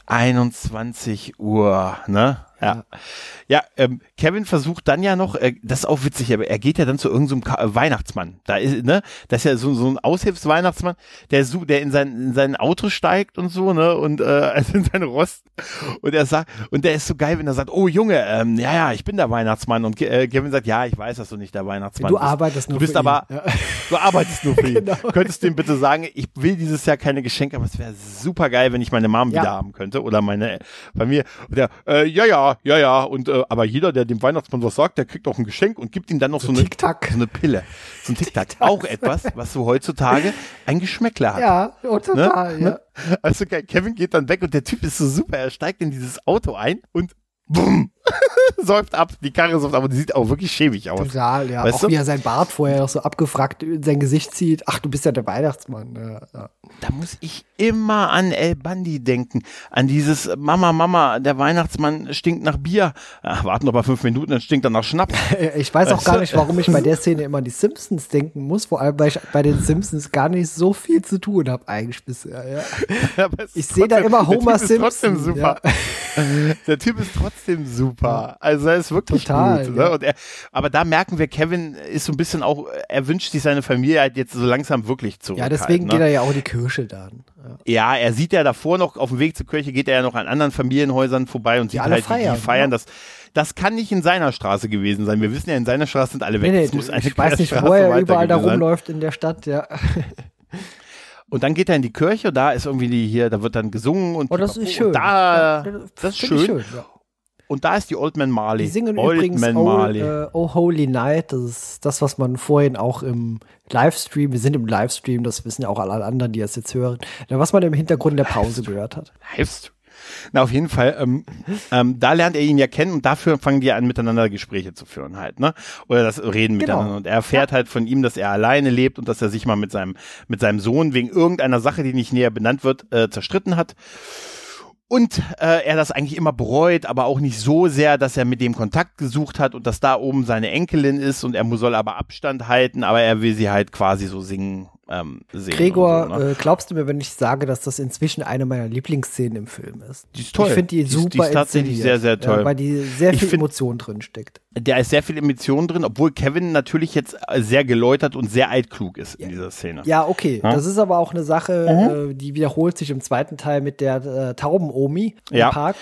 21 Uhr, ne? Ja, Kevin versucht dann ja noch, das ist auch witzig, aber er geht ja dann zu irgendeinem Weihnachtsmann. Da ist, ne, das ist ja so ein Aushilfsweihnachtsmann, der in sein Auto steigt und so, ne, und also in seine Rost. Und er sagt, und der ist so geil, wenn er sagt, oh Junge, ich bin der Weihnachtsmann. Und Kevin sagt, ja, ich weiß, dass du nicht der Weihnachtsmann bist. Arbeitest nur du bist für aber, ihn. du arbeitest nur für ihn. Genau. Könntest du ihm bitte sagen, ich will dieses Jahr keine Geschenke, aber es wäre super geil, wenn ich meine Mom wieder haben könnte oder meine Familie. Und der, ja, und aber jeder, der dem Weihnachtsmann was sagt, der kriegt auch ein Geschenk und gibt ihm dann noch so eine Pille. So ein Tic-Tac. Auch etwas, was so heutzutage ein Geschmäckler hat. Ja, total, ne? Ja. Also Kevin geht dann weg und der Typ ist so super, er steigt in dieses Auto ein und bumm, säuft ab, die Karre säuft ab und die sieht auch wirklich schäbig aus. Total, ja. Weißt auch du? wie er sein Bart vorher noch so abgefragt in sein Gesicht zieht. Ach, du bist ja der Weihnachtsmann. Ja. Da muss ich immer an El Bandi denken. An dieses Mama, der Weihnachtsmann stinkt nach Bier. Ach, warten noch mal 5 Minuten, dann stinkt er nach Schnaps. Ich weiß auch gar nicht, warum ich bei der Szene immer an die Simpsons denken muss. Vor allem, weil ich bei den Simpsons gar nicht so viel zu tun habe eigentlich bisher. Ja. Ich sehe da immer Homer Simpson. Trotzdem super. Ja. Der Typ ist trotzdem super. Also er ist wirklich total gut. Ne? Und aber da merken wir, Kevin ist so ein bisschen auch, er wünscht sich seine Familie halt jetzt so langsam wirklich zurück. Ja, deswegen geht er ja auch in die Kirche dann. Ja, er sieht ja davor noch, auf dem Weg zur Kirche geht er ja noch an anderen Familienhäusern vorbei und sieht halt, die feiern. Das kann nicht in seiner Straße gewesen sein. Wir wissen ja, in seiner Straße sind alle weg. Nee, ich weiß nicht, wo er überall da rumläuft in der Stadt, ja. Und dann geht er in die Kirche, da ist irgendwie da wird dann gesungen und das ist schön. Das ist schön. Ja. Und da ist die Old Man Marley. Die singen übrigens Oh Holy Night. Das ist das, was man vorhin auch im Livestream, wir sind im Livestream, das wissen ja auch alle anderen, die das jetzt hören, was man im Hintergrund in der Pause gehört hat. Livestream. Na, auf jeden Fall, da lernt er ihn ja kennen und dafür fangen die an, miteinander Gespräche zu führen halt, ne? Oder das Reden miteinander. Und er erfährt halt von ihm, dass er alleine lebt und dass er sich mal mit seinem Sohn wegen irgendeiner Sache, die nicht näher benannt wird, zerstritten hat. Und er das eigentlich immer bereut, aber auch nicht so sehr, dass er mit dem Kontakt gesucht hat und dass da oben seine Enkelin ist und er soll aber Abstand halten, aber er will sie halt quasi so singen sehen. Gregor, so, ne? Glaubst du mir, wenn ich sage, dass das inzwischen eine meiner Lieblingsszenen im Film ist? Die ist toll. Ich finde die super die ist tatsächlich sehr, sehr toll. Ja, weil die sehr viel Emotion drin steckt. Da ist sehr viel Emotion drin, obwohl Kevin natürlich jetzt sehr geläutert und sehr altklug ist in dieser Szene. Ja, okay. Ja? Das ist aber auch eine Sache, die wiederholt sich im zweiten Teil mit der Tauben-Omi im Park.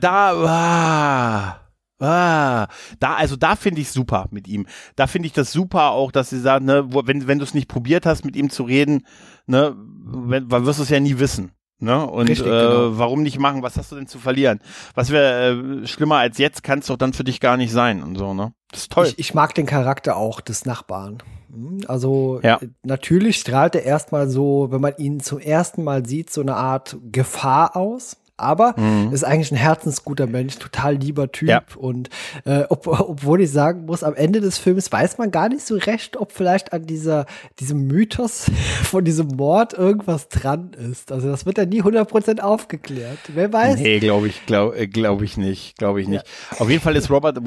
Da finde ich super mit ihm. Da finde ich das super auch, dass sie sagen, ne, wenn du es nicht probiert hast, mit ihm zu reden, ne, wirst du es ja nie wissen. Ne? Und richtig, genau. Warum nicht machen? Was hast du denn zu verlieren? Was wäre schlimmer als jetzt, kann es doch dann für dich gar nicht sein und so, ne? Das ist toll. Ich mag den Charakter auch des Nachbarn. Also natürlich strahlt er erstmal so, wenn man ihn zum ersten Mal sieht, so eine Art Gefahr aus. Aber ist eigentlich ein herzensguter Mensch, total lieber Typ. Und obwohl ich sagen muss, am Ende des Films weiß man gar nicht so recht, ob vielleicht an diesem Mythos von diesem Mord irgendwas dran ist. Also das wird ja nie 100% aufgeklärt. Wer weiß? Nee, glaube ich nicht. Ja. Auf jeden Fall ist Scott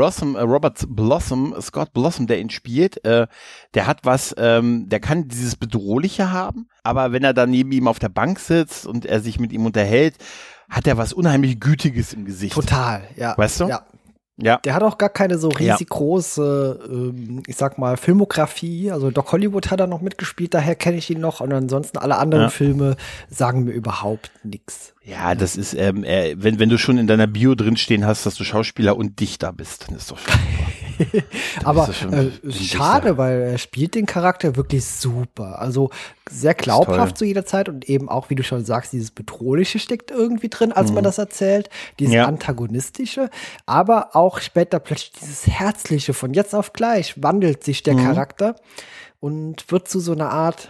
Blossom, der ihn spielt, der hat was, der kann dieses Bedrohliche haben, aber wenn er dann neben ihm auf der Bank sitzt und er sich mit ihm unterhält, hat er was unheimlich Gütiges im Gesicht. Total, ja. Weißt du? Ja. Der hat auch gar keine so riesig große, ich sag mal, Filmografie. Also Doc Hollywood hat er noch mitgespielt, daher kenne ich ihn noch. Und ansonsten alle anderen Filme sagen mir überhaupt nichts. Ja, das ist, wenn du schon in deiner Bio drinstehen hast, dass du Schauspieler und Dichter bist, dann ist doch schon aber schade, weil er spielt den Charakter wirklich super. Also sehr glaubhaft zu jeder Zeit und eben auch, wie du schon sagst, dieses Bedrohliche steckt irgendwie drin, als man das erzählt. Dieses Antagonistische, aber auch später plötzlich dieses Herzliche. Von jetzt auf gleich wandelt sich der Charakter und wird zu so einer Art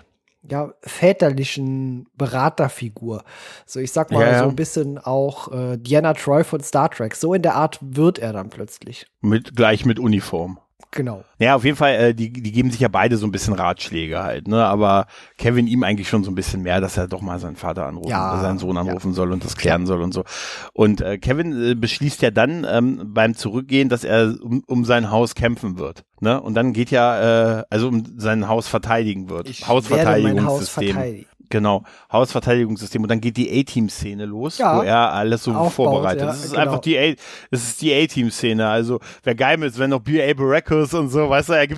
väterlichen Beraterfigur. So, ich sag mal, so ein bisschen auch Deanna Troi von Star Trek. So in der Art wird er dann plötzlich. Gleich mit Uniform. Genau. Ja, auf jeden Fall, die geben sich ja beide so ein bisschen Ratschläge halt, ne? Aber Kevin ihm eigentlich schon so ein bisschen mehr, dass er doch mal seinen Vater anrufen, seinen Sohn anrufen soll und das klären soll und so. Und Kevin beschließt ja dann beim Zurückgehen, dass er um sein Haus kämpfen wird, ne? Und dann geht also um sein Haus verteidigen wird. Hausverteidigungssystem. Genau, Hausverteidigungssystem. Und dann geht die A-Team-Szene los, wo er alles so vorbereitet. Das ist einfach die A-Team-Szene. Also, wer geil ist, wenn noch B.A. Baracus und so, weißt du, er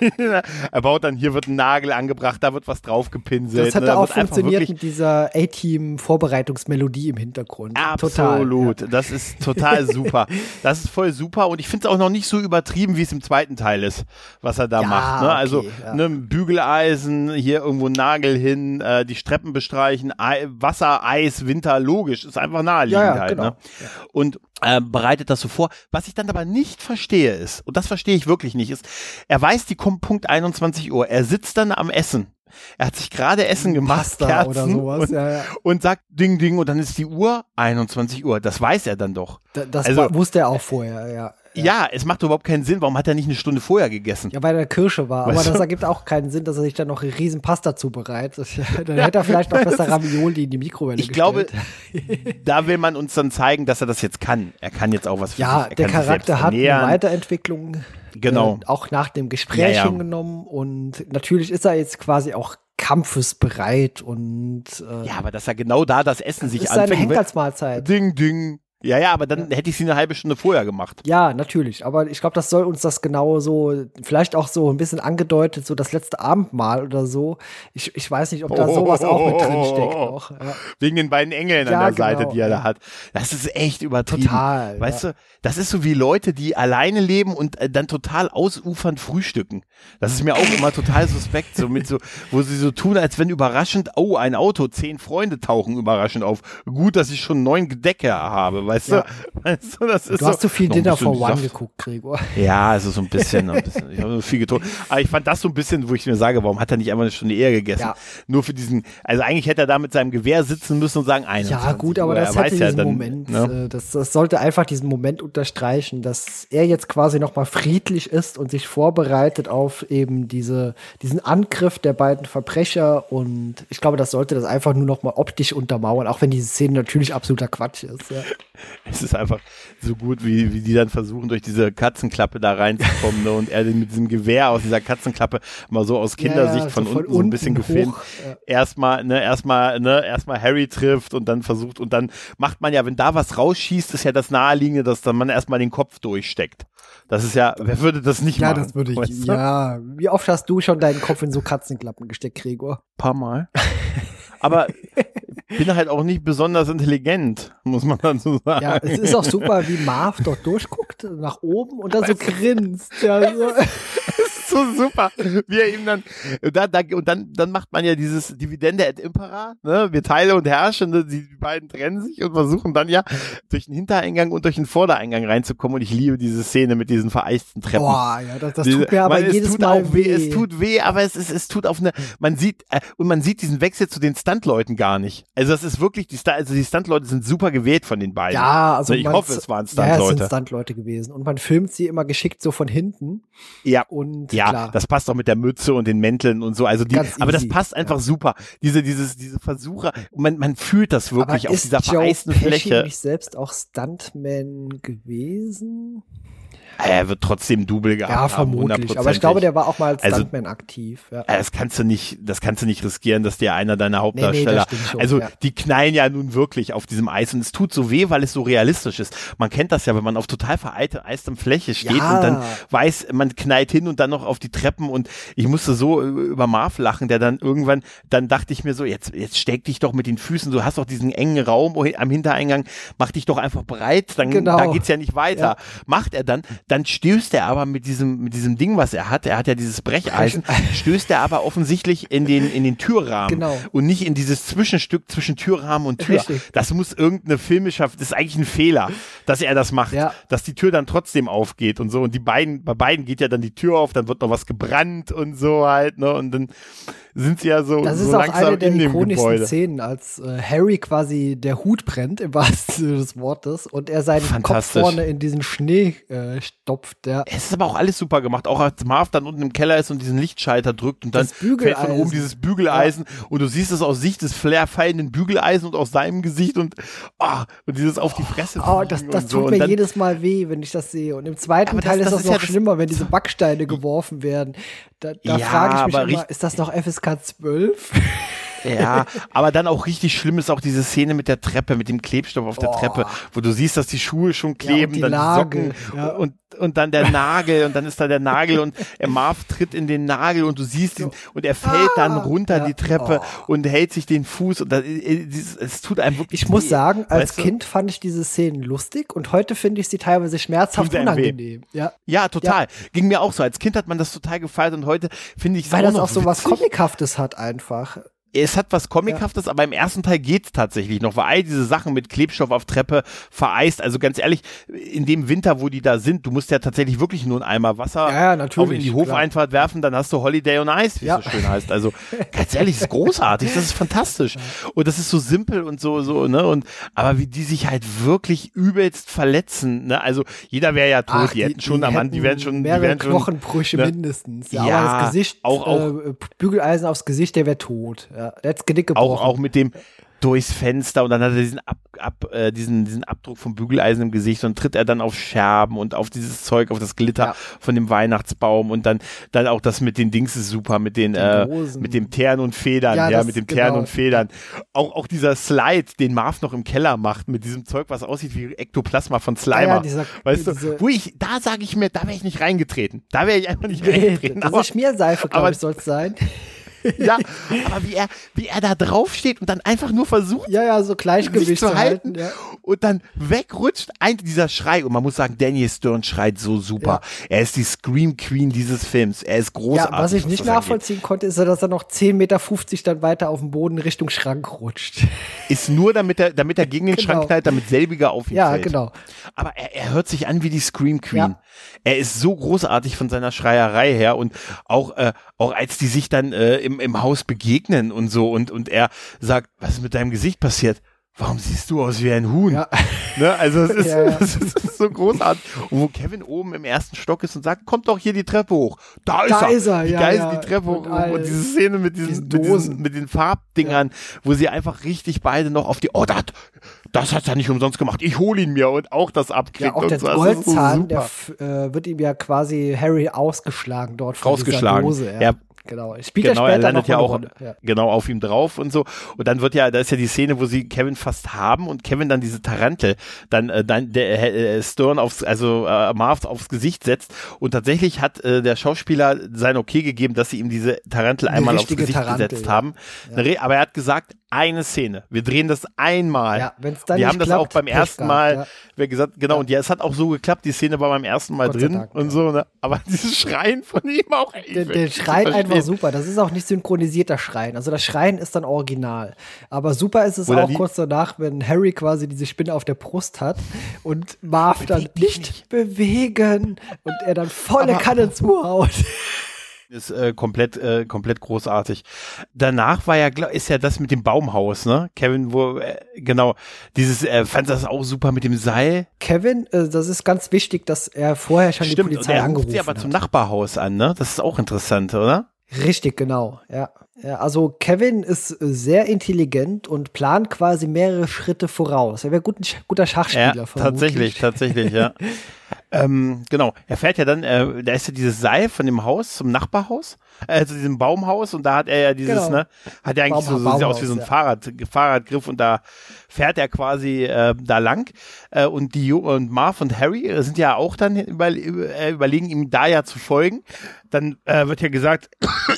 baut dann, hier wird ein Nagel angebracht, da wird was draufgepinselt. Das hat auch funktioniert mit dieser A-Team-Vorbereitungsmelodie im Hintergrund. Absolut. Total, das ist total super. Das ist voll super und ich finde es auch noch nicht so übertrieben, wie es im zweiten Teil ist, was er da macht. Ne? Also, Bügeleisen, hier irgendwo ein Nagel hin, die Streppen bestreichen, Wasser, Eis, Winter, logisch, ist einfach naheliegend halt. Genau. Ne? Und bereitet das so vor. Was ich dann aber nicht verstehe ist, und das verstehe ich wirklich nicht, ist, er weiß, die kommt Punkt 21 Uhr, er sitzt dann am Essen. Er hat sich gerade Essen gemacht, Kerzen, oder sowas, und sagt Ding, Ding, und dann ist die Uhr 21 Uhr. Das weiß er dann doch. Das wusste er auch vorher, ja. Ja, es macht überhaupt keinen Sinn. Warum hat er nicht eine Stunde vorher gegessen? Ja, weil er Kirsche war. Aber das ergibt auch keinen Sinn, dass er sich dann noch eine riesen Pasta zubereitet. Dann hätte er vielleicht noch besser Ravioli in die Mikrowelle gestellt. Glaube, da will man uns dann zeigen, dass er das jetzt kann. Er kann jetzt auch was für sich. Ja, der Charakter hat eine Weiterentwicklung. Genau. Auch nach dem Gespräch genommen. Und natürlich ist er jetzt quasi auch kampfesbereit und aber dass er genau da das Essen sich anfängt. Das ist seine Henkersmahlzeit. Ding, Ding. Ja, aber dann hätte ich sie eine halbe Stunde vorher gemacht. Ja, natürlich. Aber ich glaube, das soll uns das genau so, vielleicht auch so ein bisschen angedeutet, so das letzte Abendmahl oder so. Ich weiß nicht, ob da sowas auch mit drin steckt noch. Ja. Wegen den beiden Engeln an der Seite, die er da hat. Das ist echt übertrieben. Total. Weißt du, das ist so wie Leute, die alleine leben und dann total ausufernd frühstücken. Das ist mir auch immer total suspekt, wo sie so tun, als wenn überraschend, ein Auto, 10 Freunde tauchen überraschend auf. Gut, dass ich schon 9 Gedecke habe. Weißt du, das ist du hast so viel Dinner for One geguckt, Gregor. Ja, also so ein bisschen. Ich habe so viel getrunken. Aber ich fand das so ein bisschen, wo ich mir sage, warum hat er nicht einfach eine Stunde eher gegessen? Ja. Nur für diesen, also eigentlich hätte er da mit seinem Gewehr sitzen müssen und sagen, 21 Ja, gut, aber das hätte diesen Moment, das sollte einfach diesen Moment unterstreichen, dass er jetzt quasi nochmal friedlich ist und sich vorbereitet auf eben diesen Angriff der beiden Verbrecher und ich glaube, das sollte das einfach nur nochmal optisch untermauern, auch wenn diese Szene natürlich absoluter Quatsch ist. Ja. Es ist einfach so gut, wie die dann versuchen, durch diese Katzenklappe da reinzukommen, ne? Und er mit diesem Gewehr aus dieser Katzenklappe mal so aus Kindersicht von unten so ein bisschen gefilmt. Erstmal Harry trifft und dann versucht, und dann macht man ja, wenn da was rausschießt, ist ja das Naheliegende, dass dann man erstmal den Kopf durchsteckt. Das ist ja, wer würde das nicht machen? Ja, das würde ich, ja. Wie oft hast du schon deinen Kopf in so Katzenklappen gesteckt, Gregor? Paar Mal. Aber bin halt auch nicht besonders intelligent, muss man dann so sagen. Ja, es ist auch super, wie Marv dort durchguckt, nach oben und dann so grinst. Ja, so. ist so super, wie er ihm dann, dann macht man ja dieses Dividende et Impera, ne, wir teile und herrschen, ne? Die beiden trennen sich und versuchen dann ja durch den Hintereingang und durch den Vordereingang reinzukommen und ich liebe diese Szene mit diesen vereisten Treppen. Boah, ja, das tut mir aber jedes Mal weh. Es tut weh, aber es tut auf eine, man sieht diesen Wechsel zu den Stuntleuten gar nicht. Also das ist wirklich, die Stuntleute sind super gewählt von den beiden. Ja, also ich hoffe, es waren Stuntleute. Ja, es sind Stuntleute gewesen und man filmt sie immer geschickt so von hinten. Ja, und ja, klar. Das passt auch mit der Mütze und den Mänteln und so. Also aber das passt einfach super. Diese Versuche, man fühlt das wirklich aber auf dieser vereisten Fläche. Ist nicht selbst auch Stuntman gewesen? Er wird trotzdem Double gehabt haben. Ja, vermutlich. Aber ich glaube, der war auch mal als Stuntman aktiv. Ja. Das kannst du nicht riskieren, dass dir einer deiner Hauptdarsteller, schon, die knallen ja nun wirklich auf diesem Eis und es tut so weh, weil es so realistisch ist. Man kennt das ja, wenn man auf total vereistem Fläche steht und dann weiß, man knallt hin und dann noch auf die Treppen und ich musste so über Marv lachen, der dann irgendwann, dann dachte ich mir so, jetzt steck dich doch mit den Füßen, du hast doch diesen engen Raum am Hintereingang, mach dich doch einfach breit, dann da geht's ja nicht weiter. Ja. Macht er dann stößt er aber mit diesem Ding, was er hat ja dieses Brecheisen, stößt er aber offensichtlich in den Türrahmen und nicht in dieses Zwischenstück zwischen Türrahmen und Tür. Richtig. Das muss irgendeine filmische, das ist eigentlich ein Fehler, dass er das macht, dass die Tür dann trotzdem aufgeht und so und bei beiden geht ja dann die Tür auf, dann wird noch was gebrannt und so halt, ne, und dann sind sie ja so das ist so auch eine der ikonischsten Gebäude. Szenen, als Harry quasi der Hut brennt, im wahrsten Sinne des Wortes, und er seinen Kopf vorne in diesen Schnee stopft. Ja. Es ist aber auch alles super gemacht, auch als Marv dann unten im Keller ist und diesen Lichtschalter drückt und dann fällt von oben dieses Bügeleisen und du siehst es aus Sicht des fallenden Bügeleisen und aus seinem Gesicht und dieses auf die Fresse das tut mir jedes Mal weh, wenn ich das sehe. Und im zweiten Teil ist das noch schlimmer, wenn diese Backsteine geworfen werden. Da frage ich mich immer, ist das noch FSK 12? Ja, aber dann auch richtig schlimm ist auch diese Szene mit der Treppe, mit dem Klebstoff auf der Treppe, wo du siehst, dass die Schuhe schon kleben, und dann Nagel, die Socken und dann der Nagel und dann ist da der Nagel und Marv tritt in den Nagel und du siehst ihn und er fällt dann runter die Treppe und hält sich den Fuß und es tut einem wirklich Ich muss sagen, als Kind fand ich diese Szenen lustig und heute finde ich sie teilweise schmerzhaft unangenehm. Ja, total. Ging mir auch so. Als Kind hat man das total gefeiert und heute finde ich es weil das auch so was Comichaftes hat einfach. Es hat was Comichaftes, aber im ersten Teil geht's tatsächlich noch, weil all diese Sachen mit Klebstoff auf Treppe vereist, also ganz ehrlich, in dem Winter, wo die da sind, du musst ja tatsächlich wirklich nur einen Eimer Wasser auf in die Hofeinfahrt werfen, dann hast du Holiday on Ice, wie es so schön heißt. Also ganz ehrlich, das ist großartig, das ist fantastisch. Und das ist so simpel und so, ne, aber wie die sich halt wirklich übelst verletzen, ne, also jeder wäre ja tot, die hätten schon am Mann, die wären schon mehrere Knochenbrüche mindestens. Ja, aber das Gesicht, auch Bügeleisen aufs Gesicht, der wäre tot. Ja, der hat's Genick gebrochen. Auch mit dem durchs Fenster und dann hat er diesen Abdruck vom Bügeleisen im Gesicht und tritt er dann auf Scherben und auf dieses Zeug, auf das Glitter von dem Weihnachtsbaum und dann auch das mit den Dings ist super, mit dem Tern und Federn, mit dem Tern und Federn. Auch dieser Slide, den Marv noch im Keller macht, mit diesem Zeug, was aussieht wie Ektoplasma von Slimer. Weißt du, da sage ich mir, da wäre ich nicht reingetreten. Da wäre ich einfach nicht reingetreten. Das ist Schmierseife, glaube ich, soll es sein. Ja, aber wie er da drauf steht und dann einfach nur versucht, so Gleichgewicht zu halten und dann wegrutscht dieser Schrei. Und man muss sagen, Daniel Stern schreit so super. Ja. Er ist die Scream Queen dieses Films. Er ist großartig. Ja, was ich nicht nachvollziehen konnte, ist, dass er noch 10,50 Meter dann weiter auf dem Boden Richtung Schrank rutscht. Ist nur, damit er gegen den Schrank knallt, damit selbiger auf ihn fällt. Ja, genau. Aber er hört sich an wie die Scream Queen. Ja. Er ist so großartig von seiner Schreierei her und auch als die sich dann im Haus begegnen und so und er sagt, was ist mit deinem Gesicht passiert? Warum siehst du aus wie ein Huhn? Ja. Ne, also es ist so großartig. Und wo Kevin oben im ersten Stock ist und sagt, kommt doch hier die Treppe hoch. Da ist er. Wie geil ist die Treppe hoch. Und diese Szene mit mit den Farbdingern, wo sie einfach richtig beide noch auf die, das hat er nicht umsonst gemacht. Ich hole ihn mir und auch das abkriegt. Ja, auch der Goldzahn, der wird ihm ja quasi Harry ausgeschlagen dort von dieser Dose. Ja. Genau. Spielt genau, er er landet noch ja eine auch Rolle. Ja. genau auf ihm drauf und so. Und dann da ist ja die Szene, wo sie Kevin fast haben und Kevin dann diese Tarantel dann der Stern Marv aufs Gesicht setzt. Und tatsächlich hat der Schauspieler sein Okay gegeben, dass sie ihm diese Tarantel einmal aufs Gesicht gesetzt haben. Ja. Aber er hat gesagt, eine Szene. Wir drehen das einmal. Ja, wenn's dann wir haben klappt, das auch beim ersten Mal, ja. gesagt, genau, ja. Und ja, es hat auch so geklappt, die Szene war beim ersten Mal Gott drin Dank, und so, ne? Aber dieses Schreien von ihm auch. Der schreit einfach super. Das ist auch nicht synchronisierter Schreien. Also das Schreien ist dann original. Aber super ist es auch kurz danach, wenn Harry quasi diese Spinne auf der Brust hat und Marv dann nicht bewegen und er dann volle Kanne zuhaut. Ist komplett großartig. Danach ist ja das mit dem Baumhaus, ne? Kevin, genau, fand das auch super mit dem Seil. Kevin, das ist ganz wichtig, dass er vorher schon die Polizei angerufen hat. Ruft sie aber zum Nachbarhaus an, ne? Das ist auch interessant, oder? Richtig, genau, ja. Also Kevin ist sehr intelligent und plant quasi mehrere Schritte voraus. Er wäre guter Schachspieler. Ja, tatsächlich, ja. Genau, er fährt ja dann, da ist ja dieses Seil von dem Haus zum Nachbarhaus, also diesem Baumhaus, und da hat er ja dieses, ne, hat ja eigentlich so sieht aus wie so ein Fahrradgriff, und da fährt er quasi da lang, und Marv und Harry sind ja auch dann überlegen, ihm da ja zu folgen. Dann wird ja gesagt,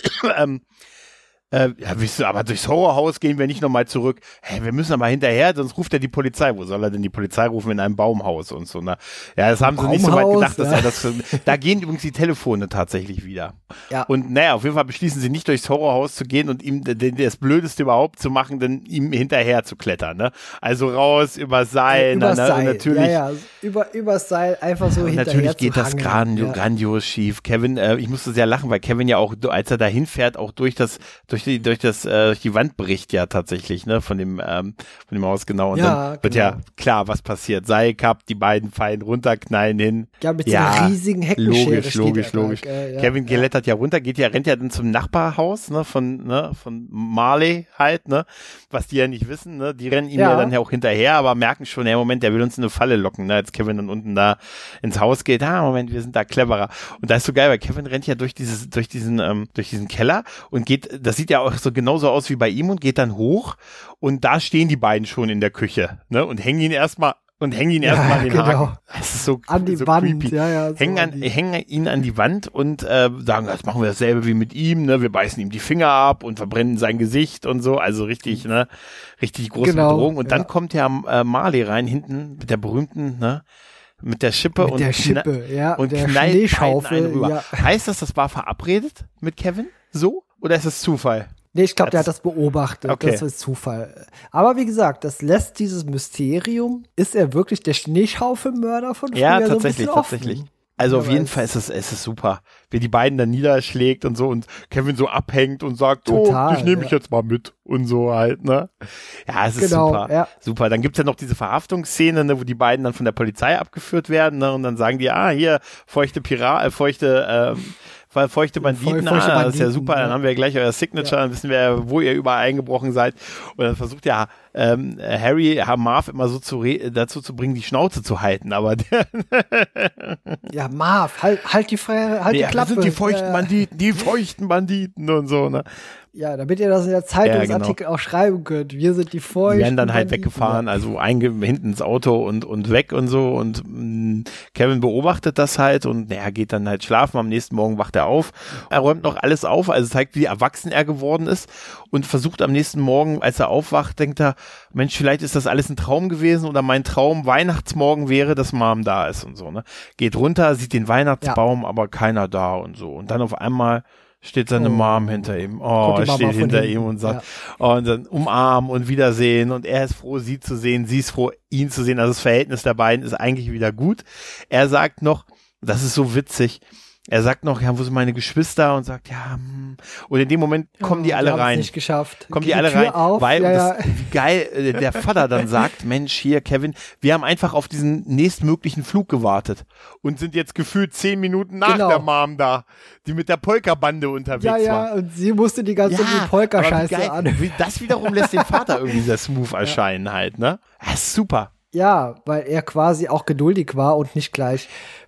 aber durchs Horrorhaus gehen wir nicht nochmal zurück. Hey, wir müssen aber hinterher, sonst ruft er die Polizei. Wo soll er denn die Polizei rufen? In einem Baumhaus und so. Ne? Ja, das haben sie nicht so weit gedacht, dass er das. Da gehen übrigens die Telefone tatsächlich wieder. Ja. Und naja, auf jeden Fall beschließen sie nicht, durchs Horrorhaus zu gehen und ihm das Blödeste überhaupt zu machen, denn ihm hinterher zu klettern. Ne? Also raus, übers Seil. Übers Seil. Und natürlich, übers Seil einfach so hinterher natürlich geht das grandios schief. Kevin, ich musste sehr lachen, weil Kevin ja auch, als er da hinfährt, auch durch die Wand bricht ja tatsächlich, ne, von dem Haus, genau. Und dann wird ja klar, was passiert. Seil kappt, die beiden fallen runter, knallen hin. Ja, mit so einer riesigen Heckenschere. Logisch. Kevin klettert ja runter, rennt ja dann zum Nachbarhaus, ne, von Marley halt, ne, was die ja nicht wissen, ne, die rennen ihm ja dann auch hinterher, aber merken schon, Moment, der will uns in eine Falle locken, ne, als Kevin dann unten da ins Haus geht, Moment, wir sind da cleverer. Und da ist so geil, weil Kevin rennt ja durch diesen Keller und das sieht ja auch so genauso aus wie bei ihm und geht dann hoch und da stehen die beiden schon in der Küche, ne, und hängen ihn erstmal an den Haken. Das ist so an die so Wand, creepy. ja. Hängen ihn an die Wand und sagen, jetzt machen wir dasselbe wie mit ihm, ne? Wir beißen ihm die Finger ab und verbrennen sein Gesicht und so. Also richtig, ne? Richtig große Bedrohung. Und dann kommt ja Marley rein, hinten mit der berühmten, ne? Mit der Schippe und der Schneeschaufel. Ja. Heißt das war verabredet mit Kevin? So? Oder ist es Zufall? Nee, ich glaube, der hat das beobachtet. Okay. Das ist Zufall. Aber wie gesagt, das lässt dieses Mysterium. Ist er wirklich der Schneeschaufelmörder von früher? Ja, tatsächlich. Also auf jeden Fall ist es super, wie die beiden dann niederschlägt und so und Kevin so abhängt und sagt, dich nehme ich jetzt mal mit und so halt, ne? Ja, es ist super. Ja. Super. Dann gibt's ja noch diese Verhaftungsszene, ne, wo die beiden dann von der Polizei abgeführt werden, ne, und dann sagen die, hier, feuchte Banditen, das ist ja super, dann haben wir gleich euer Signature, dann wissen wir, wo ihr überall eingebrochen seid. Und dann versucht ja Harry, Marv immer so dazu zu bringen, die Schnauze zu halten, aber ja, Marv, halt die Klappe. Das sind die feuchten Banditen und so, ne? Ja, damit ihr das in der Zeitungsartikel auch schreiben könnt. Wir sind die feuchten. Die werden dann halt weggefahren, also hinten ins Auto und weg und so. Und Kevin beobachtet das halt und geht dann halt schlafen. Am nächsten Morgen wacht er auf. Er räumt noch alles auf, also zeigt, wie erwachsen er geworden ist und versucht am nächsten Morgen, als er aufwacht, denkt er, Mensch, vielleicht ist das alles ein Traum gewesen oder mein Traum Weihnachtsmorgen wäre, dass Mom da ist und so, ne? Geht runter, sieht den Weihnachtsbaum, aber keiner da und so. Und dann auf einmal steht seine Mom hinter ihm. Steht hinter ihm und sagt, und dann umarmen und Wiedersehen. Und er ist froh, sie zu sehen. Sie ist froh, ihn zu sehen. Also das Verhältnis der beiden ist eigentlich wieder gut. Er sagt noch, das ist so witzig, er sagt noch, wo sind meine Geschwister? Und sagt, Und in dem Moment kommen die alle rein. Nicht geschafft. Kommen die alle rein, weil wie geil der Vater dann sagt, Mensch, hier, Kevin, wir haben einfach auf diesen nächstmöglichen Flug gewartet und sind jetzt gefühlt 10 Minuten nach der Mom da, die mit der Polka-Bande unterwegs war. Ja, und sie musste die ganze Polka-Scheiße an. Das wiederum lässt den Vater irgendwie sehr smooth erscheinen halt, ne? Das ist super. Ja, weil er quasi auch geduldig war und nicht gleich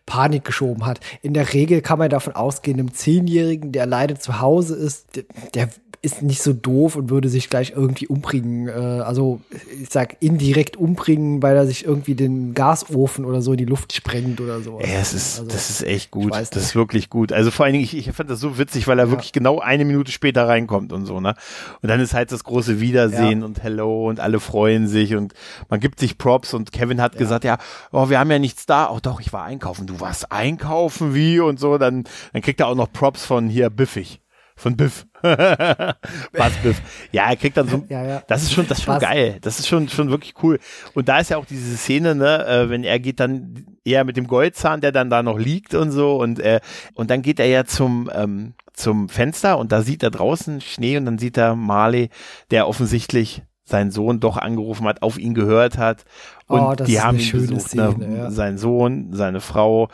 Panik geschoben hat. In der Regel kann man davon ausgehen, einem 10-Jährigen, der alleine zu Hause ist, der ist nicht so doof und würde sich gleich irgendwie umbringen. Also ich sag indirekt umbringen, weil er sich irgendwie den Gasofen oder so in die Luft sprengt oder so. Ja, das ist echt gut. Das ist wirklich gut. Also vor allen Dingen, ich fand das so witzig, weil er wirklich genau 1 Minute später reinkommt und so, ne? Und dann ist halt das große Wiedersehen und Hello und alle freuen sich und man gibt sich Props und Kevin hat gesagt, wir haben ja nichts da. Oh doch, ich war einkaufen. Du warst einkaufen, wie? Und so. Dann kriegt er auch noch Props von hier Biffig. Von Biff. Was Biff. Ja, er kriegt dann so, das ist schon geil. Das ist schon wirklich cool. Und da ist ja auch diese Szene, ne, wenn er geht dann eher mit dem Goldzahn, der dann da noch liegt und so und dann geht er ja zum Fenster und da sieht er draußen Schnee und dann sieht er Marley, der offensichtlich seinen Sohn doch angerufen hat, auf ihn gehört hat. Und die haben ihn besucht, Szene, ne? Sein Sohn, seine Frau,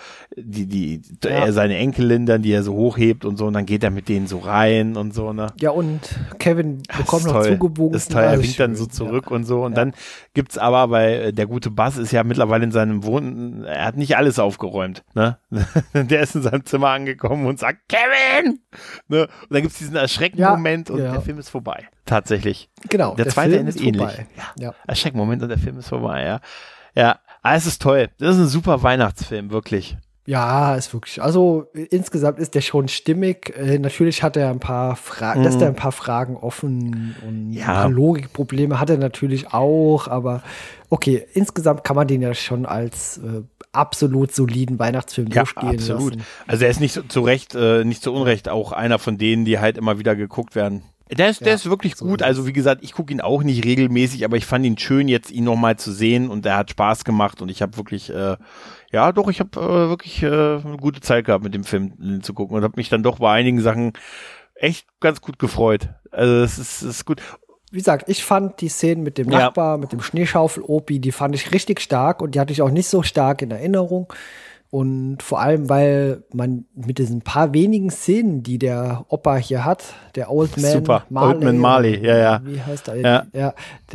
seine Enkelin dann, die er so hochhebt und so, und dann geht er mit denen so rein und so, ne? Ja, und Kevin bekommt noch zugebogen. Das ist toll, er winkt dann so zurück und so. Und dann gibt's aber, weil der gute Buzz ist ja mittlerweile in seinem Wohnen, er hat nicht alles aufgeräumt, ne? Der ist in seinem Zimmer angekommen und sagt, Kevin! Ne? Und dann gibt's diesen Erschrecken-Moment und der Film ist vorbei. Tatsächlich. Genau. Der zweite endet ähnlich. Ja. Erschrecken-Moment und der Film ist vorbei, ja. Ja, aber es ist toll. Das ist ein super Weihnachtsfilm, wirklich. Ja, ist wirklich. Also insgesamt ist der schon stimmig. Natürlich hat er ein paar Fragen, lässt er ein paar Fragen offen und ein paar Logikprobleme hat er natürlich auch, aber okay, insgesamt kann man den ja schon als absolut soliden Weihnachtsfilm durchgehen lassen. Also er ist nicht zu Unrecht auch einer von denen, die halt immer wieder geguckt werden. Der ist wirklich gut. Also wie gesagt, ich gucke ihn auch nicht regelmäßig, aber ich fand ihn schön, jetzt ihn nochmal zu sehen und er hat Spaß gemacht und ich habe wirklich, wirklich eine gute Zeit gehabt, mit dem Film zu gucken und habe mich dann doch bei einigen Sachen echt ganz gut gefreut. Also es ist gut. Wie gesagt, ich fand die Szenen mit dem Nachbar, mit dem Schneeschaufel-Opi, die fand ich richtig stark und die hatte ich auch nicht so stark in Erinnerung. Und vor allem, weil man mit diesen paar wenigen Szenen, die der Opa hier hat, der Old Man Marley. Old Man Marley, ja. Wie heißt er? Ja.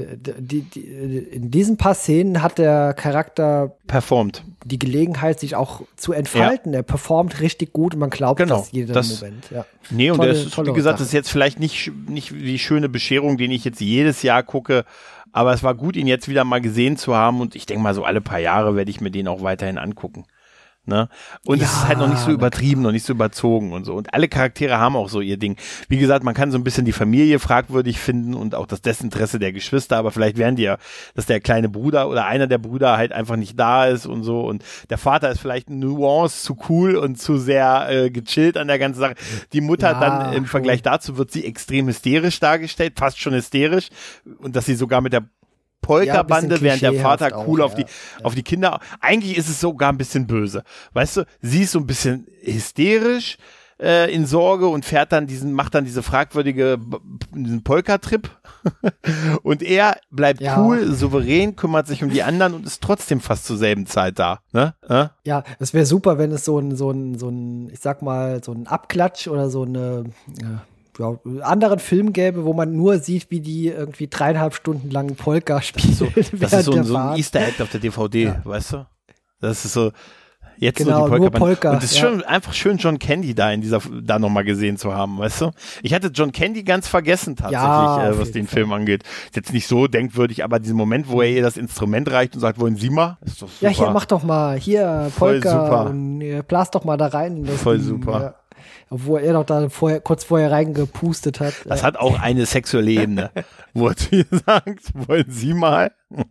In diesen paar Szenen hat der Charakter performt. Die Gelegenheit, sich auch zu entfalten. Er performt richtig gut und man glaubt das jeden Moment. Ja. Nee, und das ist, wie gesagt, das ist jetzt vielleicht nicht die schöne Bescherung, den ich jetzt jedes Jahr gucke, aber es war gut, ihn jetzt wieder mal gesehen zu haben und ich denke mal, so alle paar Jahre werde ich mir den auch weiterhin angucken. Ne? Und es ist halt noch nicht so übertrieben, noch nicht so überzogen und so. Und alle Charaktere haben auch so ihr Ding. Wie gesagt, man kann so ein bisschen die Familie fragwürdig finden und auch das Desinteresse der Geschwister, aber vielleicht werden die ja, dass der kleine Bruder oder einer der Brüder halt einfach nicht da ist und so. Und der Vater ist vielleicht eine Nuance zu cool und zu sehr gechillt an der ganzen Sache. Die Mutter dann im Vergleich dazu wird sie extrem hysterisch dargestellt, fast schon hysterisch. Und dass sie sogar mit der Polka-Bande, während der Vater cool auf die Kinder. Eigentlich ist es sogar ein bisschen böse. Weißt du, sie ist so ein bisschen hysterisch in Sorge und macht dann diese fragwürdige diesen Polka-Trip. Und er bleibt cool, souverän, kümmert sich um die anderen und ist trotzdem fast zur selben Zeit da. Ne? Ja, es wäre super, wenn es so ein, ich sag mal, so ein Abklatsch oder so eine anderen Film gäbe, wo man nur sieht, wie die irgendwie 3,5 Stunden lang Polka spielen. Das ist so ein Easter Egg auf der DVD, weißt du? Das ist so, jetzt genau, so die Polka. Und es ist schon einfach schön, John Candy da nochmal gesehen zu haben, weißt du? Ich hatte John Candy ganz vergessen tatsächlich, was den Film angeht. Ist jetzt nicht so denkwürdig, aber diesen Moment, wo er ihr das Instrument reicht und sagt, wollen Sie mal? Ist doch super. Ja, hier, mach doch mal, hier, Polka. Voll super. Und blas doch mal da rein. Voll super. Ja. Obwohl er doch da kurz vorher reingepustet hat. Das hat auch eine sexuelle Ebene. Wo er zu ihr sagt, wollen Sie mal?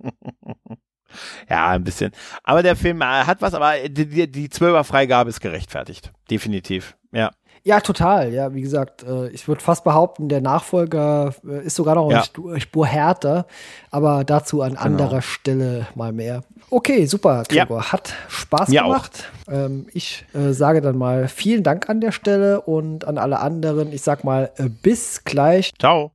Ja, ein bisschen. Aber der Film hat was, aber die 12er-Freigabe ist gerechtfertigt. Definitiv, ja. Ja, total. Ja, wie gesagt, ich würde fast behaupten, der Nachfolger ist sogar noch eine Spur härter, aber dazu an anderer Stelle mal mehr. Okay, super, Gregor. Hat Spaß gemacht. Ich sage dann mal vielen Dank an der Stelle und an alle anderen. Ich sag mal bis gleich. Ciao.